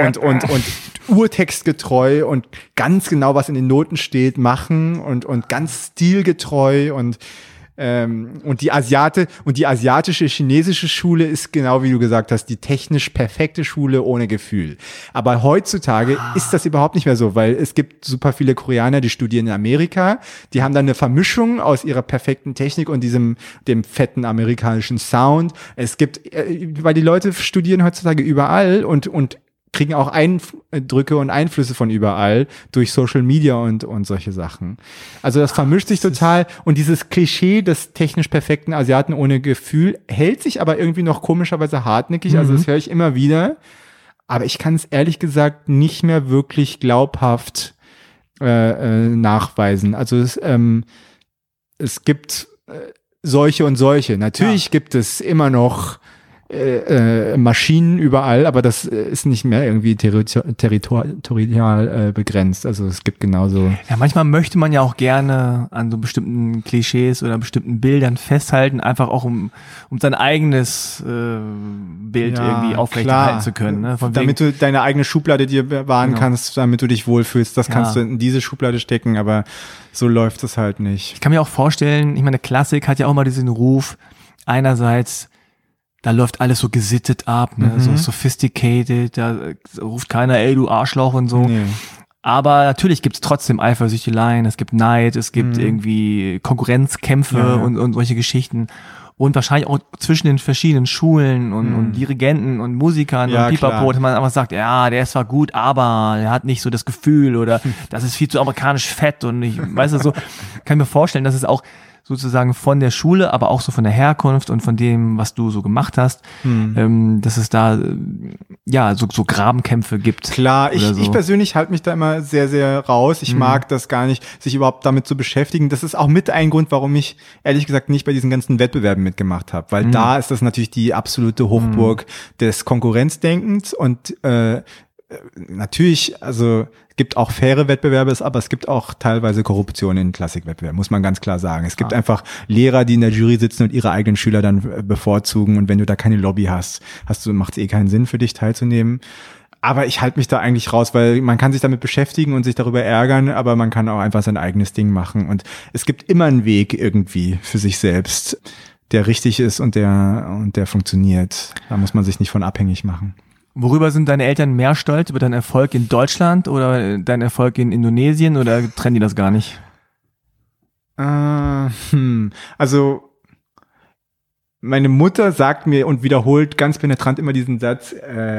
Speaker 1: urtextgetreu und ganz genau, was in den Noten steht, machen und ganz stilgetreu und die asiatische chinesische Schule ist genau wie du gesagt hast, die technisch perfekte Schule ohne Gefühl. Aber heutzutage ist das überhaupt nicht mehr so, weil es gibt super viele Koreaner, die studieren in Amerika, die haben dann eine Vermischung aus ihrer perfekten Technik und dem fetten amerikanischen Sound. Es gibt, weil die Leute studieren heutzutage überall und kriegen auch Eindrücke und Einflüsse von überall durch Social Media und solche Sachen. Also das vermischt sich total und dieses Klischee des technisch perfekten Asiaten ohne Gefühl hält sich aber irgendwie noch komischerweise hartnäckig, also das höre ich immer wieder, aber ich kann es ehrlich gesagt nicht mehr wirklich glaubhaft nachweisen. Also es gibt solche und solche. Natürlich gibt es immer noch Maschinen überall, aber das ist nicht mehr irgendwie territorial begrenzt. Also es gibt genauso.
Speaker 2: Ja, manchmal möchte man ja auch gerne an so bestimmten Klischees oder bestimmten Bildern festhalten, einfach auch um sein eigenes Bild irgendwie aufrechterhalten zu können. Ne?
Speaker 1: Damit du deine eigene Schublade dir bewahren kannst, damit du dich wohlfühlst. Das kannst du in diese Schublade stecken, aber so läuft es halt nicht.
Speaker 2: Ich kann mir auch vorstellen, ich meine, Klassik hat ja auch mal diesen Ruf, einerseits da läuft alles so gesittet ab, ne? So sophisticated, da ruft keiner, ey, du Arschloch und so. Nee. Aber natürlich gibt's trotzdem Eifersüchteleien, es gibt Neid, es gibt irgendwie Konkurrenzkämpfe und solche Geschichten. Und wahrscheinlich auch zwischen den verschiedenen Schulen und Dirigenten und Musikern und Pipapo, dass man einfach sagt, ja, der ist zwar gut, aber der hat nicht so das Gefühl oder das ist viel zu amerikanisch fett und ich weiß es so, kann mir vorstellen, dass es auch sozusagen von der Schule, aber auch so von der Herkunft und von dem, was du so gemacht hast, dass es da so Grabenkämpfe gibt.
Speaker 1: Klar, ich persönlich halte mich da immer sehr, sehr raus. Ich mag das gar nicht, sich überhaupt damit zu beschäftigen. Das ist auch mit ein Grund, warum ich ehrlich gesagt nicht bei diesen ganzen Wettbewerben mitgemacht habe, weil da ist das natürlich die absolute Hochburg des Konkurrenzdenkens und natürlich, also es gibt auch faire Wettbewerbe, aber es gibt auch teilweise Korruption in Klassikwettbewerben, muss man ganz klar sagen. Es gibt einfach Lehrer, die in der Jury sitzen und ihre eigenen Schüler dann bevorzugen und wenn du da keine Lobby hast, macht es keinen Sinn für dich teilzunehmen. Aber ich halte mich da eigentlich raus, weil man kann sich damit beschäftigen und sich darüber ärgern, aber man kann auch einfach sein eigenes Ding machen und es gibt immer einen Weg irgendwie für sich selbst, der richtig ist und der funktioniert. Da muss man sich nicht von abhängig machen.
Speaker 2: Worüber sind deine Eltern mehr stolz? Über deinen Erfolg in Deutschland oder deinen Erfolg in Indonesien oder trennen die das gar nicht?
Speaker 1: Also meine Mutter sagt mir und wiederholt ganz penetrant immer diesen Satz,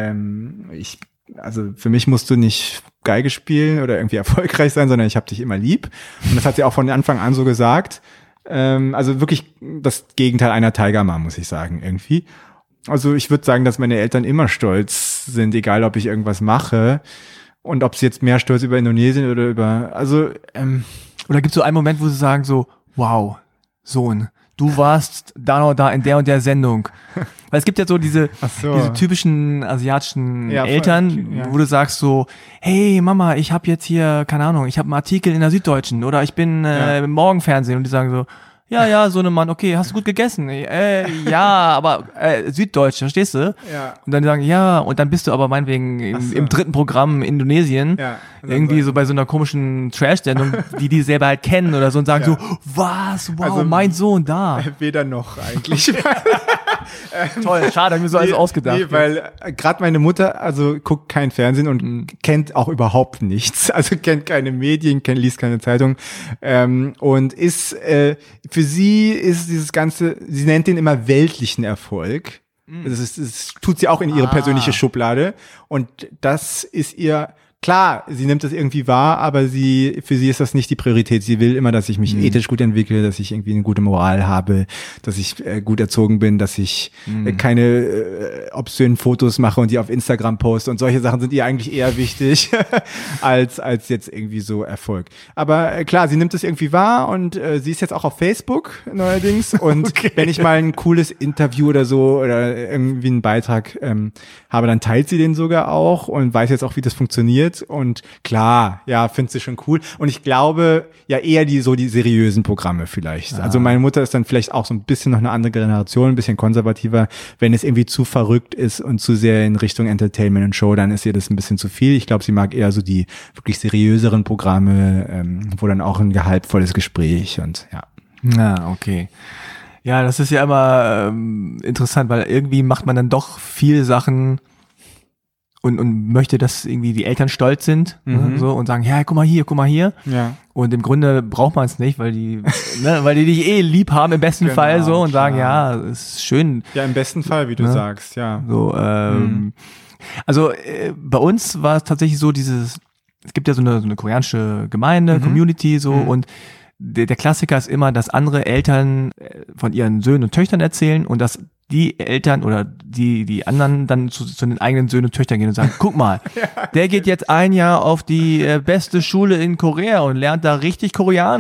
Speaker 1: also für mich musst du nicht Geige spielen oder irgendwie erfolgreich sein, sondern ich habe dich immer lieb. Und das hat sie auch von Anfang an so gesagt. Also wirklich das Gegenteil einer Tiger Mom, muss ich sagen, irgendwie. Also ich würde sagen, dass meine Eltern immer stolz sind, egal ob ich irgendwas mache. Und ob sie jetzt mehr stolz über Indonesien oder
Speaker 2: Oder gibt es so einen Moment, wo sie sagen so, wow, Sohn, du warst da und da in der und der Sendung. Weil es gibt ja so diese typischen asiatischen Eltern, wo du sagst so, hey Mama, ich habe jetzt hier, keine Ahnung, ich habe einen Artikel in der Süddeutschen oder ich bin im Morgenfernsehen und die sagen so, ja, so eine Mann, okay, hast du gut gegessen? Ja, aber Süddeutsch, verstehst du? Ja. Und dann sagen, ja, und dann bist du aber meinetwegen im dritten Programm in Indonesien, irgendwie so bei so einer komischen Trash-Sendung, die selber halt kennen oder so und sagen so, was, wow, also, mein Sohn da.
Speaker 1: Weder noch eigentlich.
Speaker 2: Toll, schade, hab ich mir so alles ausgedacht. Nee,
Speaker 1: weil gerade meine Mutter, also guckt kein Fernsehen und kennt auch überhaupt nichts. Also kennt keine Medien, liest keine Zeitung und ist für sie ist dieses Ganze, sie nennt den immer weltlichen Erfolg. Das tut sie auch in ihre persönliche Schublade und das ist ihr klar, sie nimmt das irgendwie wahr, aber für sie ist das nicht die Priorität. Sie will immer, dass ich mich ethisch gut entwickle, dass ich irgendwie eine gute Moral habe, dass ich gut erzogen bin, dass ich keine obszönen Fotos mache und die auf Instagram poste und solche Sachen sind ihr eigentlich eher wichtig als jetzt irgendwie so Erfolg. Aber klar, sie nimmt das irgendwie wahr und sie ist jetzt auch auf Facebook neuerdings und wenn ich mal ein cooles Interview oder so oder irgendwie einen Beitrag habe, dann teilt sie den sogar auch und weiß jetzt auch, wie das funktioniert. Und klar, ja, findet sie schon cool. Und ich glaube, ja, eher die seriösen Programme vielleicht. Also meine Mutter ist dann vielleicht auch so ein bisschen noch eine andere Generation, ein bisschen konservativer. Wenn es irgendwie zu verrückt ist und zu sehr in Richtung Entertainment und Show, dann ist ihr das ein bisschen zu viel. Ich glaube, sie mag eher so die wirklich seriöseren Programme, wo dann auch ein gehaltvolles Gespräch und ja.
Speaker 2: Na, okay. Ja, das ist ja immer interessant, weil irgendwie macht man dann doch viele Sachen und möchte, dass irgendwie die Eltern stolz sind so und sagen, ja, guck mal hier. Ja. Und im Grunde braucht man es nicht, weil die dich lieb haben im besten Fall so und sagen, ja, ist schön.
Speaker 1: Ja, im besten Fall, wie du sagst, ja.
Speaker 2: So, also bei uns war es tatsächlich so es gibt ja so eine koreanische Gemeinde, Community so und der Klassiker ist immer, dass andere Eltern von ihren Söhnen und Töchtern erzählen und dass die Eltern oder die anderen dann zu den eigenen Söhnen und Töchtern gehen und sagen, guck mal, der geht jetzt ein Jahr auf die beste Schule in Korea und lernt da richtig Koreanisch, ...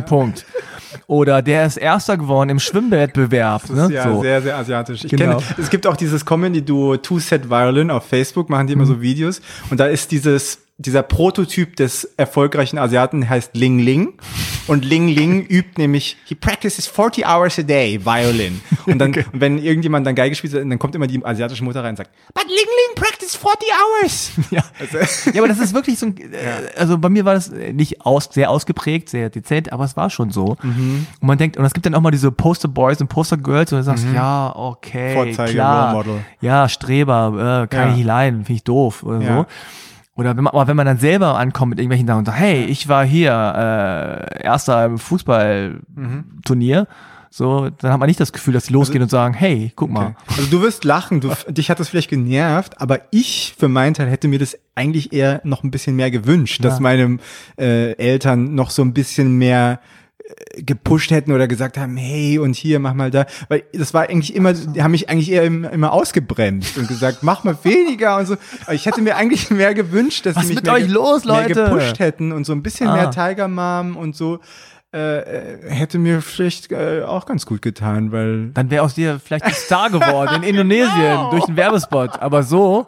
Speaker 2: Oder der ist Erster geworden im Schwimmwettbewerb.
Speaker 1: Das ist ja sehr, sehr asiatisch. Es gibt auch dieses Comedy-Duo Two Set Violin auf Facebook, machen die immer so Videos und da ist dieser Prototyp des erfolgreichen Asiaten heißt Ling Ling und Ling Ling übt nämlich, he practices 40 hours a day Violin und dann, und wenn irgendjemand dann Geige spielt, dann kommt immer die asiatische Mutter rein und sagt, but Ling Ling practices practice 40 hours.
Speaker 2: Ja. Ja, aber das ist wirklich so ein, also bei mir war das nicht sehr ausgeprägt, sehr dezent, aber es war schon so. Und man denkt, und es gibt dann auch mal diese Poster Boys und Poster Girls und du sagst, ja, okay,
Speaker 1: Vorzeige,
Speaker 2: klar.
Speaker 1: Role Model.
Speaker 2: Ja, Streber, kann ich nicht leiden, finde ich doof oder so. Oder wenn man dann selber ankommt mit irgendwelchen Sachen und sagt, hey, ich war hier, erster im Fußballturnier, so, dann hat man nicht das Gefühl, dass die losgehen und sagen, hey, guck mal.
Speaker 1: Also du wirst lachen, dich hat das vielleicht genervt, aber ich für meinen Teil hätte mir das eigentlich eher noch ein bisschen mehr gewünscht, dass meine Eltern noch so ein bisschen mehr gepusht hätten oder gesagt haben, hey, und hier, mach mal da, weil das war eigentlich immer, die haben mich eigentlich eher immer ausgebremst und gesagt, mach mal weniger und so. Aber ich hätte mir eigentlich mehr gewünscht, dass sie mich mehr gepusht hätten und so ein bisschen mehr Tiger Mom und so. Hätte mir vielleicht auch ganz gut getan, weil
Speaker 2: dann wäre aus dir vielleicht ein Star geworden in Indonesien durch einen Werbespot, aber so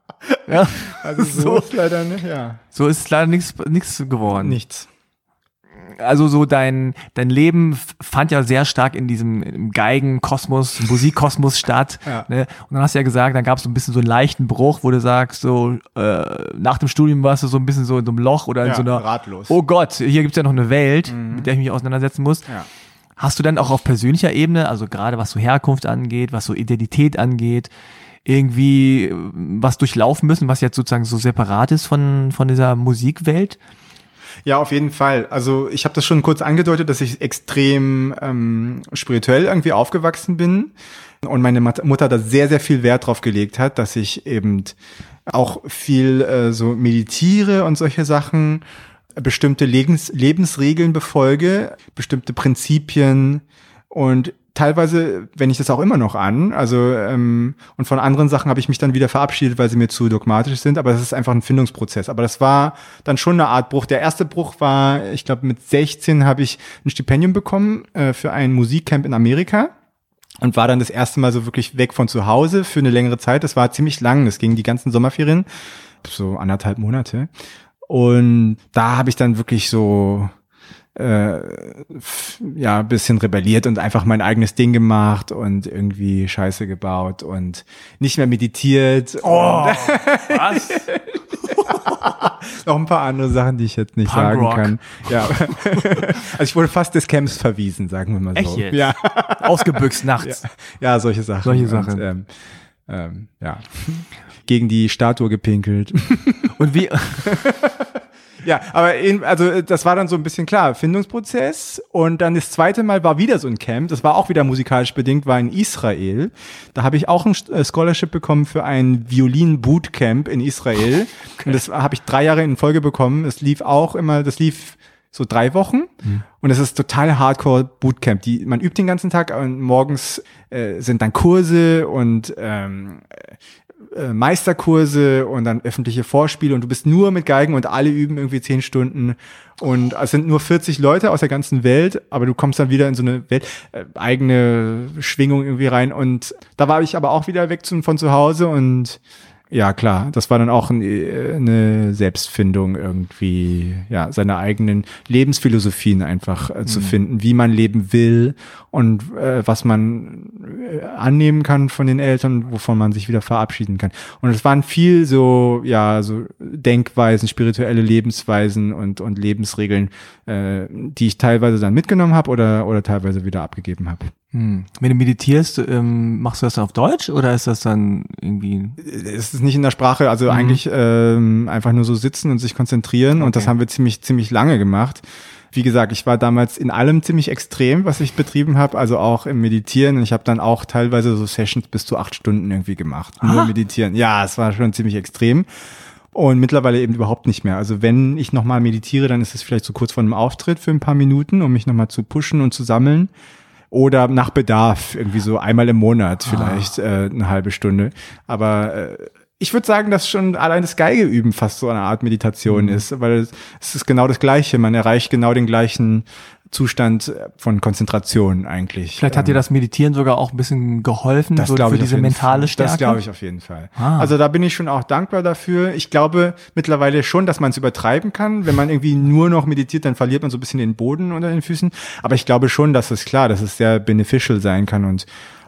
Speaker 1: also so ist leider nicht,
Speaker 2: so ist leider nichts geworden.
Speaker 1: Nichts.
Speaker 2: Also so dein Leben fand ja sehr stark in diesem Geigenkosmos, Musikkosmos statt. Ne? Und dann hast du ja gesagt, dann gab es so ein bisschen so einen leichten Bruch, wo du sagst, so nach dem Studium warst du so ein bisschen so in so einem Loch oder in so einer
Speaker 1: ratlos.
Speaker 2: Oh Gott, hier gibt's ja noch eine Welt, mit der ich mich auseinandersetzen muss. Ja. Hast du dann auch auf persönlicher Ebene, also gerade was so Herkunft angeht, was so Identität angeht, irgendwie was durchlaufen müssen, was jetzt sozusagen so separat ist von dieser Musikwelt?
Speaker 1: Ja, auf jeden Fall. Also ich habe das schon kurz angedeutet, dass ich extrem spirituell irgendwie aufgewachsen bin und meine Mutter da sehr, sehr viel Wert drauf gelegt hat, dass ich eben auch viel so meditiere und solche Sachen, bestimmte Lebensregeln befolge, bestimmte Prinzipien und teilweise wende ich das auch immer noch an, also und von anderen Sachen habe ich mich dann wieder verabschiedet, weil sie mir zu dogmatisch sind, aber das ist einfach ein Findungsprozess. Aber das war dann schon eine Art Bruch. Der erste Bruch war, ich glaube mit 16 habe ich ein Stipendium bekommen für ein Musikcamp in Amerika und war dann das erste Mal so wirklich weg von zu Hause für eine längere Zeit. Das war ziemlich lang, das ging die ganzen Sommerferien, so 1,5 Monate. Und da habe ich dann wirklich so ein bisschen rebelliert und einfach mein eigenes Ding gemacht und irgendwie Scheiße gebaut und nicht mehr meditiert.
Speaker 2: Oh, was?
Speaker 1: Noch ein paar andere Sachen, die ich jetzt nicht sagen kann. Ja. Also ich wurde fast des Camps verwiesen, sagen wir mal so.
Speaker 2: Echt jetzt?
Speaker 1: Ja.
Speaker 2: Ausgebüxt nachts.
Speaker 1: Ja, solche Sachen. Und, gegen die Statue gepinkelt.
Speaker 2: Und wie...
Speaker 1: Ja, aber also das war dann so ein bisschen klar, Findungsprozess und dann das zweite Mal war wieder so ein Camp, das war auch wieder musikalisch bedingt, war in Israel. Da habe ich auch ein Scholarship bekommen für ein Violin-Bootcamp in Israel und das habe ich 3 Jahre in Folge bekommen. Das lief so 3 Wochen und es ist total Hardcore Bootcamp. Man übt den ganzen Tag und morgens sind dann Kurse und Meisterkurse und dann öffentliche Vorspiele und du bist nur mit Geigen und alle üben irgendwie 10 Stunden und es sind nur 40 Leute aus der ganzen Welt, aber du kommst dann wieder in so eine eigene Schwingung irgendwie rein und da war ich aber auch wieder weg von zu Hause und ja, klar, das war dann auch eine Selbstfindung irgendwie, ja, seine eigenen Lebensphilosophien einfach zu finden, wie man leben will und was man annehmen kann von den Eltern, wovon man sich wieder verabschieden kann. Und es waren viel so Denkweisen, spirituelle Lebensweisen und Lebensregeln, die ich teilweise dann mitgenommen habe oder teilweise wieder abgegeben habe.
Speaker 2: Wenn du meditierst, machst du das dann auf Deutsch oder ist das dann irgendwie?
Speaker 1: Es ist nicht in der Sprache, also eigentlich einfach nur so sitzen und sich konzentrieren und das haben wir ziemlich lange gemacht. Wie gesagt, ich war damals in allem ziemlich extrem, was ich betrieben habe, also auch im Meditieren und ich habe dann auch teilweise so Sessions bis zu 8 Stunden irgendwie gemacht. Nur meditieren. Ja, es war schon ziemlich extrem. Und mittlerweile eben überhaupt nicht mehr. Also wenn ich nochmal meditiere, dann ist es vielleicht so kurz vor einem Auftritt für ein paar Minuten, um mich nochmal zu pushen und zu sammeln. Oder nach Bedarf, irgendwie so einmal im Monat vielleicht eine halbe Stunde. Aber ich würde sagen, dass schon allein das Geigeüben fast so eine Art Meditation ist, weil es ist genau das Gleiche. Man erreicht genau den gleichen Zustand von Konzentration eigentlich.
Speaker 2: Vielleicht hat dir das Meditieren sogar auch ein bisschen geholfen,
Speaker 1: das
Speaker 2: so für diese mentale Stärke?
Speaker 1: Das glaube ich auf jeden Fall. Also da bin ich schon auch dankbar dafür. Ich glaube mittlerweile schon, dass man es übertreiben kann. Wenn man irgendwie nur noch meditiert, dann verliert man so ein bisschen den Boden unter den Füßen. Aber ich glaube schon, dass es sehr beneficial sein kann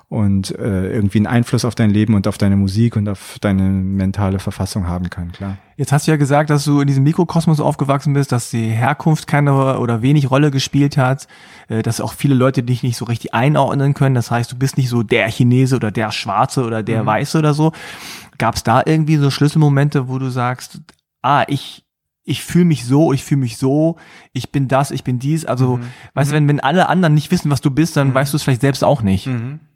Speaker 1: und irgendwie einen Einfluss auf dein Leben und auf deine Musik und auf deine mentale Verfassung haben kann, klar.
Speaker 2: Jetzt hast du ja gesagt, dass du in diesem Mikrokosmos aufgewachsen bist, dass die Herkunft keine oder wenig Rolle gespielt hat, dass auch viele Leute dich nicht so richtig einordnen können. Das heißt, du bist nicht so der Chinese oder der Schwarze oder der Weiße oder so. Gab es da irgendwie so Schlüsselmomente, wo du sagst, ich fühle mich so, ich bin das, ich bin dies. Also, weißt du, wenn alle anderen nicht wissen, was du bist, dann weißt du es vielleicht selbst auch nicht.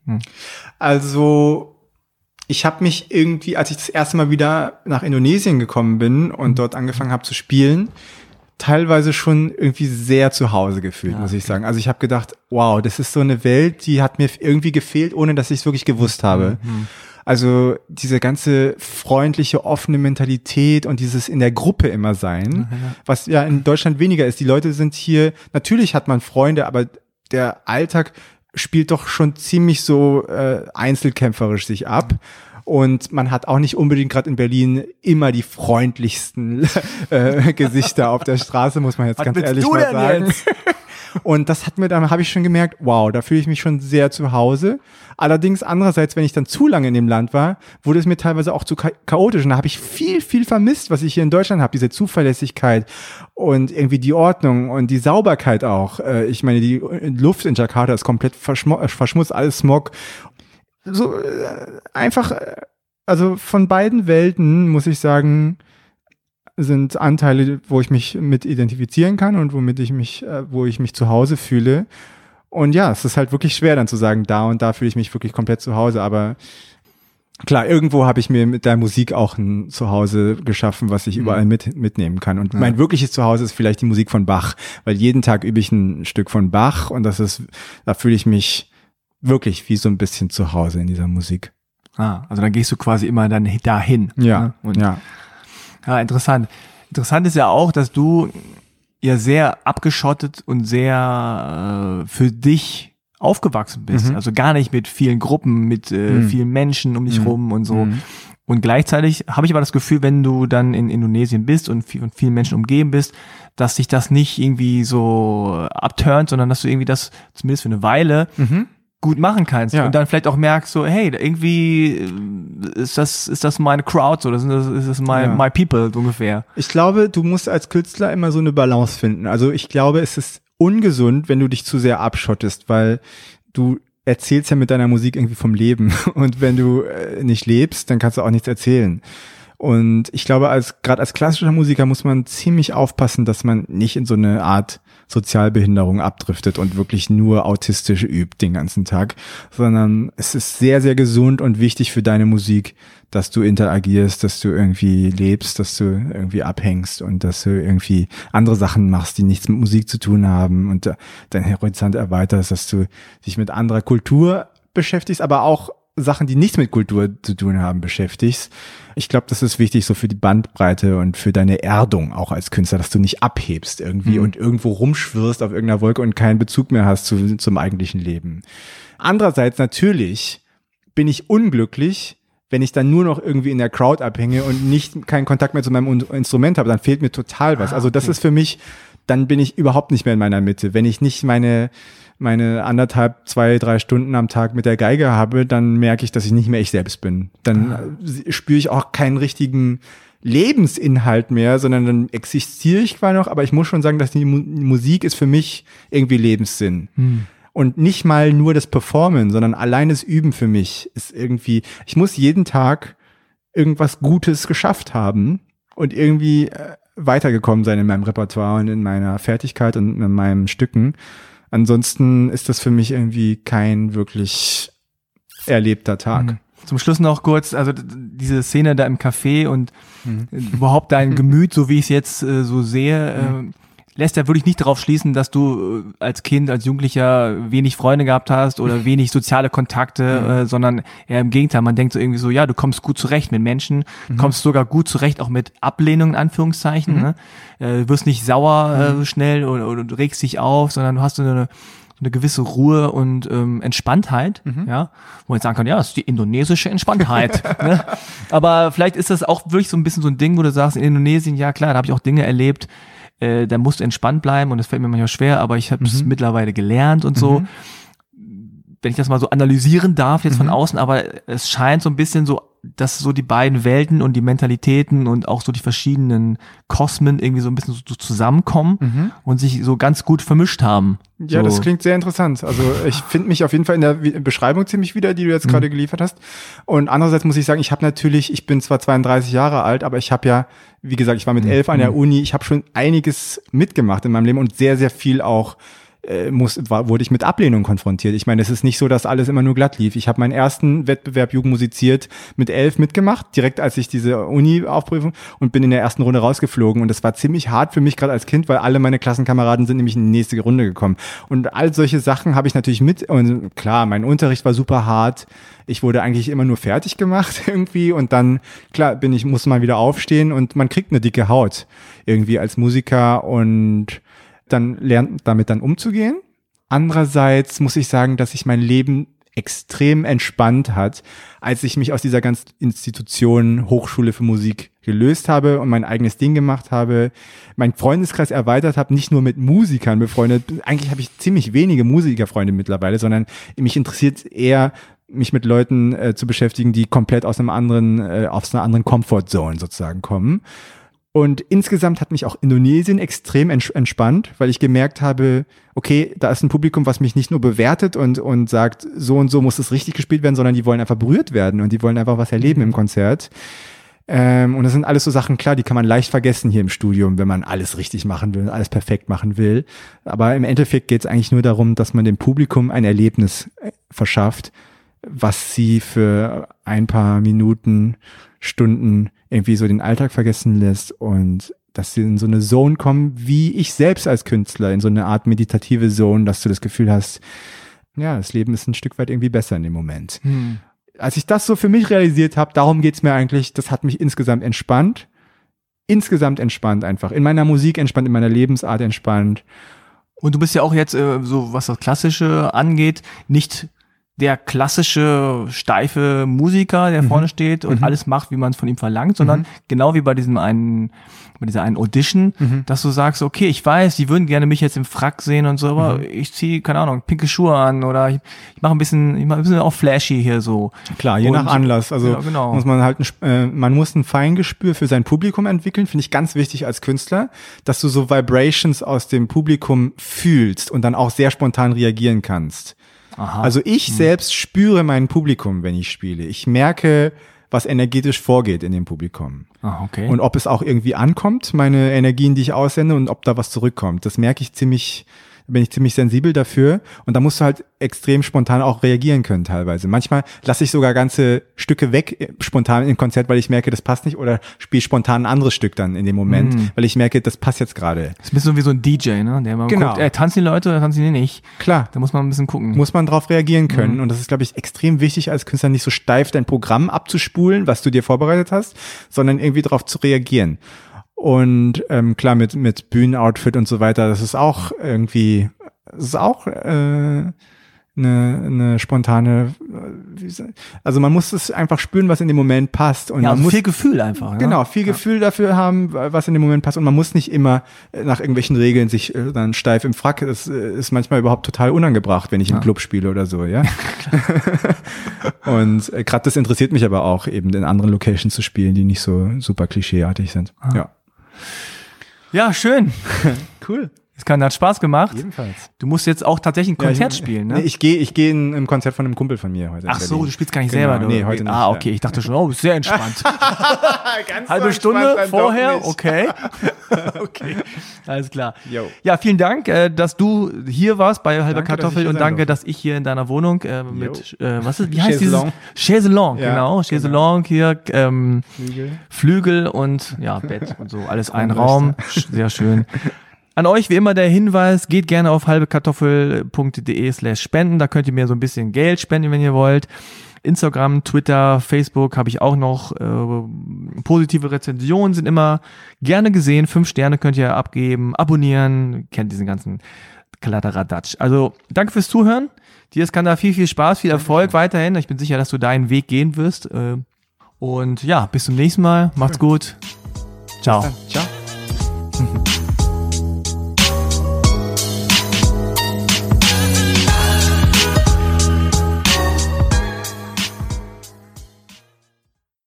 Speaker 1: Also, ich habe mich irgendwie, als ich das erste Mal wieder nach Indonesien gekommen bin und dort angefangen habe zu spielen, teilweise schon irgendwie sehr zu Hause gefühlt, muss ich sagen. Also ich habe gedacht, wow, das ist so eine Welt, die hat mir irgendwie gefehlt, ohne dass ich es wirklich gewusst habe. Also diese ganze freundliche, offene Mentalität und dieses in der Gruppe immer sein, was ja in Deutschland weniger ist. Die Leute sind hier, natürlich hat man Freunde, aber der Alltag spielt doch schon ziemlich so einzelkämpferisch sich ab. Und man hat auch nicht unbedingt gerade in Berlin immer die freundlichsten Gesichter auf der Straße, muss man jetzt ganz ehrlich mal sagen. Und das habe ich schon gemerkt, wow, da fühle ich mich schon sehr zu Hause. Allerdings andererseits, wenn ich dann zu lange in dem Land war, wurde es mir teilweise auch zu chaotisch. Und da habe ich viel, viel vermisst, was ich hier in Deutschland habe. Diese Zuverlässigkeit und irgendwie die Ordnung und die Sauberkeit auch. Ich meine, die Luft in Jakarta ist komplett verschmutzt, alles Smog. So einfach, also von beiden Welten, muss ich sagen, sind Anteile, wo ich mich mit identifizieren kann und wo ich mich zu Hause fühle. Und ja, es ist halt wirklich schwer dann zu sagen, da und da fühle ich mich wirklich komplett zu Hause. Aber klar, irgendwo habe ich mir mit der Musik auch ein Zuhause geschaffen, was ich überall mitnehmen kann. Und mein wirkliches Zuhause ist vielleicht die Musik von Bach, weil jeden Tag übe ich ein Stück von Bach und da fühle ich mich wirklich wie so ein bisschen zu Hause in dieser Musik.
Speaker 2: Also dann gehst du quasi immer dann dahin.
Speaker 1: Ja,
Speaker 2: ne? Ja, interessant. Interessant ist ja auch, dass du ja sehr abgeschottet und sehr für dich aufgewachsen bist. Also gar nicht mit vielen Gruppen, mit vielen Menschen um dich rum und so. Und gleichzeitig habe ich aber das Gefühl, wenn du dann in Indonesien bist und von vielen Menschen umgeben bist, dass sich das nicht irgendwie so abturnt, sondern dass du irgendwie das zumindest für eine Weile gut machen kannst und dann vielleicht auch merkst so, hey, irgendwie ist das meine Crowd, so, ist das my people so ungefähr.
Speaker 1: Ich glaube, du musst als Künstler immer so eine Balance finden. Also ich glaube, es ist ungesund, wenn du dich zu sehr abschottest, weil du erzählst ja mit deiner Musik irgendwie vom Leben und wenn du nicht lebst, dann kannst du auch nichts erzählen. Und ich glaube, gerade als klassischer Musiker muss man ziemlich aufpassen, dass man nicht in so eine Art Sozialbehinderung abdriftet und wirklich nur autistisch übt den ganzen Tag, sondern es ist sehr, sehr gesund und wichtig für deine Musik, dass du interagierst, dass du irgendwie lebst, dass du irgendwie abhängst und dass du irgendwie andere Sachen machst, die nichts mit Musik zu tun haben und dein Horizont erweiterst, dass du dich mit anderer Kultur beschäftigst, aber auch Sachen, die nichts mit Kultur zu tun haben, beschäftigst. Ich glaube, das ist wichtig so für die Bandbreite und für deine Erdung auch als Künstler, dass du nicht abhebst irgendwie und irgendwo rumschwirrst auf irgendeiner Wolke und keinen Bezug mehr hast zum eigentlichen Leben. Andererseits natürlich bin ich unglücklich, wenn ich dann nur noch irgendwie in der Crowd abhänge und keinen Kontakt mehr zu meinem Instrument habe, dann fehlt mir total was. Also das ist für mich, dann bin ich überhaupt nicht mehr in meiner Mitte. Wenn ich nicht meine 1,5, 2, 3 Stunden am Tag mit der Geige habe, dann merke ich, dass ich nicht mehr ich selbst bin. Dann spüre ich auch keinen richtigen Lebensinhalt mehr, sondern dann existiere ich zwar noch, aber ich muss schon sagen, dass die Musik ist für mich irgendwie Lebenssinn. Und nicht mal nur das Performen, sondern allein das Üben für mich ist irgendwie, ich muss jeden Tag irgendwas Gutes geschafft haben und irgendwie weitergekommen sein in meinem Repertoire und in meiner Fertigkeit und in meinen Stücken. Ansonsten ist das für mich irgendwie kein wirklich erlebter Tag.
Speaker 2: Zum Schluss noch kurz, also diese Szene da im Café und überhaupt dein Gemüt, so wie ich es jetzt so sehe, lässt ja wirklich nicht darauf schließen, dass du als Kind, als Jugendlicher wenig Freunde gehabt hast oder wenig soziale Kontakte, sondern eher im Gegenteil. Man denkt so irgendwie so, ja, du kommst gut zurecht mit Menschen, du kommst sogar gut zurecht auch mit Ablehnung in Anführungszeichen. Ne? Du wirst nicht sauer schnell oder du regst dich auf, sondern du hast so eine gewisse Ruhe und Entspanntheit, ja, wo man jetzt sagen kann, ja, das ist die indonesische Entspanntheit. Ne? Aber vielleicht ist das auch wirklich so ein bisschen so ein Ding, wo du sagst, in Indonesien, ja klar, da habe ich auch Dinge erlebt, da musst du entspannt bleiben und das fällt mir manchmal schwer, aber ich habe es mittlerweile gelernt und so. wenn ich das mal so analysieren darf jetzt von außen, aber es scheint so ein bisschen so, dass so die beiden Welten und die Mentalitäten und auch so die verschiedenen Kosmen irgendwie so ein bisschen so zusammenkommen und sich so ganz gut vermischt haben.
Speaker 1: Ja,
Speaker 2: so.
Speaker 1: Das klingt sehr interessant. Also ich finde mich auf jeden Fall in der Beschreibung ziemlich wieder, die du jetzt gerade geliefert hast. Und andererseits muss ich sagen, ich bin zwar 32 Jahre alt, aber ich habe ja, wie gesagt, ich war mit 11 an der Uni, ich habe schon einiges mitgemacht in meinem Leben und sehr, sehr viel auch wurde ich mit Ablehnung konfrontiert. Ich meine, es ist nicht so, dass alles immer nur glatt lief. Ich habe meinen ersten Wettbewerb Jugend musiziert mit 11 mitgemacht, direkt als ich diese Uni-Aufprüfung und bin in der ersten Runde rausgeflogen. Und das war ziemlich hart für mich, gerade als Kind, weil alle meine Klassenkameraden sind nämlich in die nächste Runde gekommen. Und all solche Sachen habe ich natürlich mit. Und klar, mein Unterricht war super hart. Ich wurde eigentlich immer nur fertig gemacht irgendwie. Und dann, klar, musste man wieder aufstehen und man kriegt eine dicke Haut irgendwie als Musiker und dann lernt damit dann umzugehen. Andererseits muss ich sagen, dass sich mein Leben extrem entspannt hat, als ich mich aus dieser ganzen Institution Hochschule für Musik gelöst habe und mein eigenes Ding gemacht habe, meinen Freundeskreis erweitert habe, nicht nur mit Musikern befreundet. Eigentlich habe ich ziemlich wenige Musikerfreunde mittlerweile, sondern mich interessiert eher, mich mit Leuten zu beschäftigen, die komplett aus einer anderen Comfortzone sozusagen kommen. Und insgesamt hat mich auch Indonesien extrem entspannt, weil ich gemerkt habe, okay, da ist ein Publikum, was mich nicht nur bewertet und sagt, so und so muss es richtig gespielt werden, sondern die wollen einfach berührt werden und die wollen einfach was erleben im Konzert. Und das sind alles so Sachen, klar, die kann man leicht vergessen hier im Studium, wenn man alles richtig machen will, alles perfekt machen will. Aber im Endeffekt geht es eigentlich nur darum, dass man dem Publikum ein Erlebnis verschafft, was sie für ein paar Minuten, Stunden irgendwie so den Alltag vergessen lässt und dass sie in so eine Zone kommen, wie ich selbst als Künstler, in so eine Art meditative Zone, dass du das Gefühl hast, ja, das Leben ist ein Stück weit irgendwie besser in dem Moment. Als ich das so für mich realisiert habe, darum geht's mir eigentlich, das hat mich insgesamt entspannt einfach, in meiner Musik entspannt, in meiner Lebensart entspannt.
Speaker 2: Und du bist ja auch jetzt, so was das Klassische angeht, nicht der klassische, steife Musiker, der vorne steht und alles macht, wie man es von ihm verlangt, sondern genau wie bei dieser einen Audition, dass du sagst, okay, ich weiß, die würden gerne mich jetzt im Frack sehen und so, aber ich ziehe, keine Ahnung, pinke Schuhe an oder ich mache ein bisschen auch flashy hier so.
Speaker 1: Klar, je nach Anlass. Also ja, genau. Muss man halt man muss ein Feingespür für sein Publikum entwickeln, finde ich ganz wichtig als Künstler, dass du so Vibrations aus dem Publikum fühlst und dann auch sehr spontan reagieren kannst. Aha. Also ich selbst spüre mein Publikum, wenn ich spiele. Ich merke, was energetisch vorgeht in dem Publikum.
Speaker 2: Okay.
Speaker 1: Und ob es auch irgendwie ankommt, meine Energien, die ich aussende, und ob da was zurückkommt. Das merke ich bin ich ziemlich sensibel dafür. Und da musst du halt extrem spontan auch reagieren können teilweise. Manchmal lasse ich sogar ganze Stücke weg spontan im Konzert, weil ich merke, das passt nicht, oder spiele spontan ein anderes Stück dann in dem Moment, weil ich merke, das passt jetzt gerade.
Speaker 2: Das ist ein bisschen wie so ein DJ, ne? Der mal guckt, tanzen die Leute oder tanzen die nicht?
Speaker 1: Klar.
Speaker 2: Da muss man ein bisschen gucken.
Speaker 1: Muss man drauf reagieren können. Und das ist, glaube ich, extrem wichtig als Künstler, nicht so steif dein Programm abzuspulen, was du dir vorbereitet hast, sondern irgendwie drauf zu reagieren. Und klar, mit Bühnenoutfit und so weiter, das ist auch eine spontane, also man muss es einfach spüren, was in dem Moment passt. Und
Speaker 2: ja, also
Speaker 1: man muss
Speaker 2: viel Gefühl einfach.
Speaker 1: Genau, viel Gefühl dafür haben, was in dem Moment passt. Und man muss nicht immer nach irgendwelchen Regeln sich dann steif im Frack. Das ist manchmal überhaupt total unangebracht, wenn ich im Club spiele oder so, ja. Und gerade das interessiert mich aber auch, eben in anderen Locations zu spielen, die nicht so super klischeeartig sind. Ja.
Speaker 2: Ja, schön.
Speaker 1: Cool.
Speaker 2: Hat Spaß gemacht.
Speaker 1: Jedenfalls.
Speaker 2: Du musst jetzt auch tatsächlich ein Konzert spielen, ne?
Speaker 1: Nee, ich gehe in ein Konzert von einem Kumpel von mir heute.
Speaker 2: Ach so, du spielst gar nicht selber.
Speaker 1: Nee, heute nicht.
Speaker 2: Ah, okay, ich dachte schon, bist sehr entspannt.
Speaker 1: Ganz
Speaker 2: halbe
Speaker 1: so
Speaker 2: Stunde vorher, okay.
Speaker 1: Okay.
Speaker 2: Alles klar.
Speaker 1: Yo.
Speaker 2: Ja, vielen Dank, dass du hier warst bei Halbe Kartoffel und danke, dass ich hier in deiner Wohnung mit, wie heißt dieses? Chaiselong,
Speaker 1: ja,
Speaker 2: genau. Chaiselong hier, Flügel und ja, Bett und so, alles ein Raum. Sehr schön. An euch wie immer der Hinweis, geht gerne auf halbekartoffel.de/spenden, da könnt ihr mir so ein bisschen Geld spenden, wenn ihr wollt. Instagram, Twitter, Facebook habe ich auch noch. Positive Rezensionen sind immer gerne gesehen. 5 Sterne könnt ihr abgeben, abonnieren, kennt diesen ganzen Kladderadatsch. Also danke fürs Zuhören. Dir kann da viel Spaß, viel Erfolg weiterhin. Ich bin sicher, dass du deinen Weg gehen wirst. Und ja, bis zum nächsten Mal. Macht's gut. Ciao.
Speaker 1: Ciao.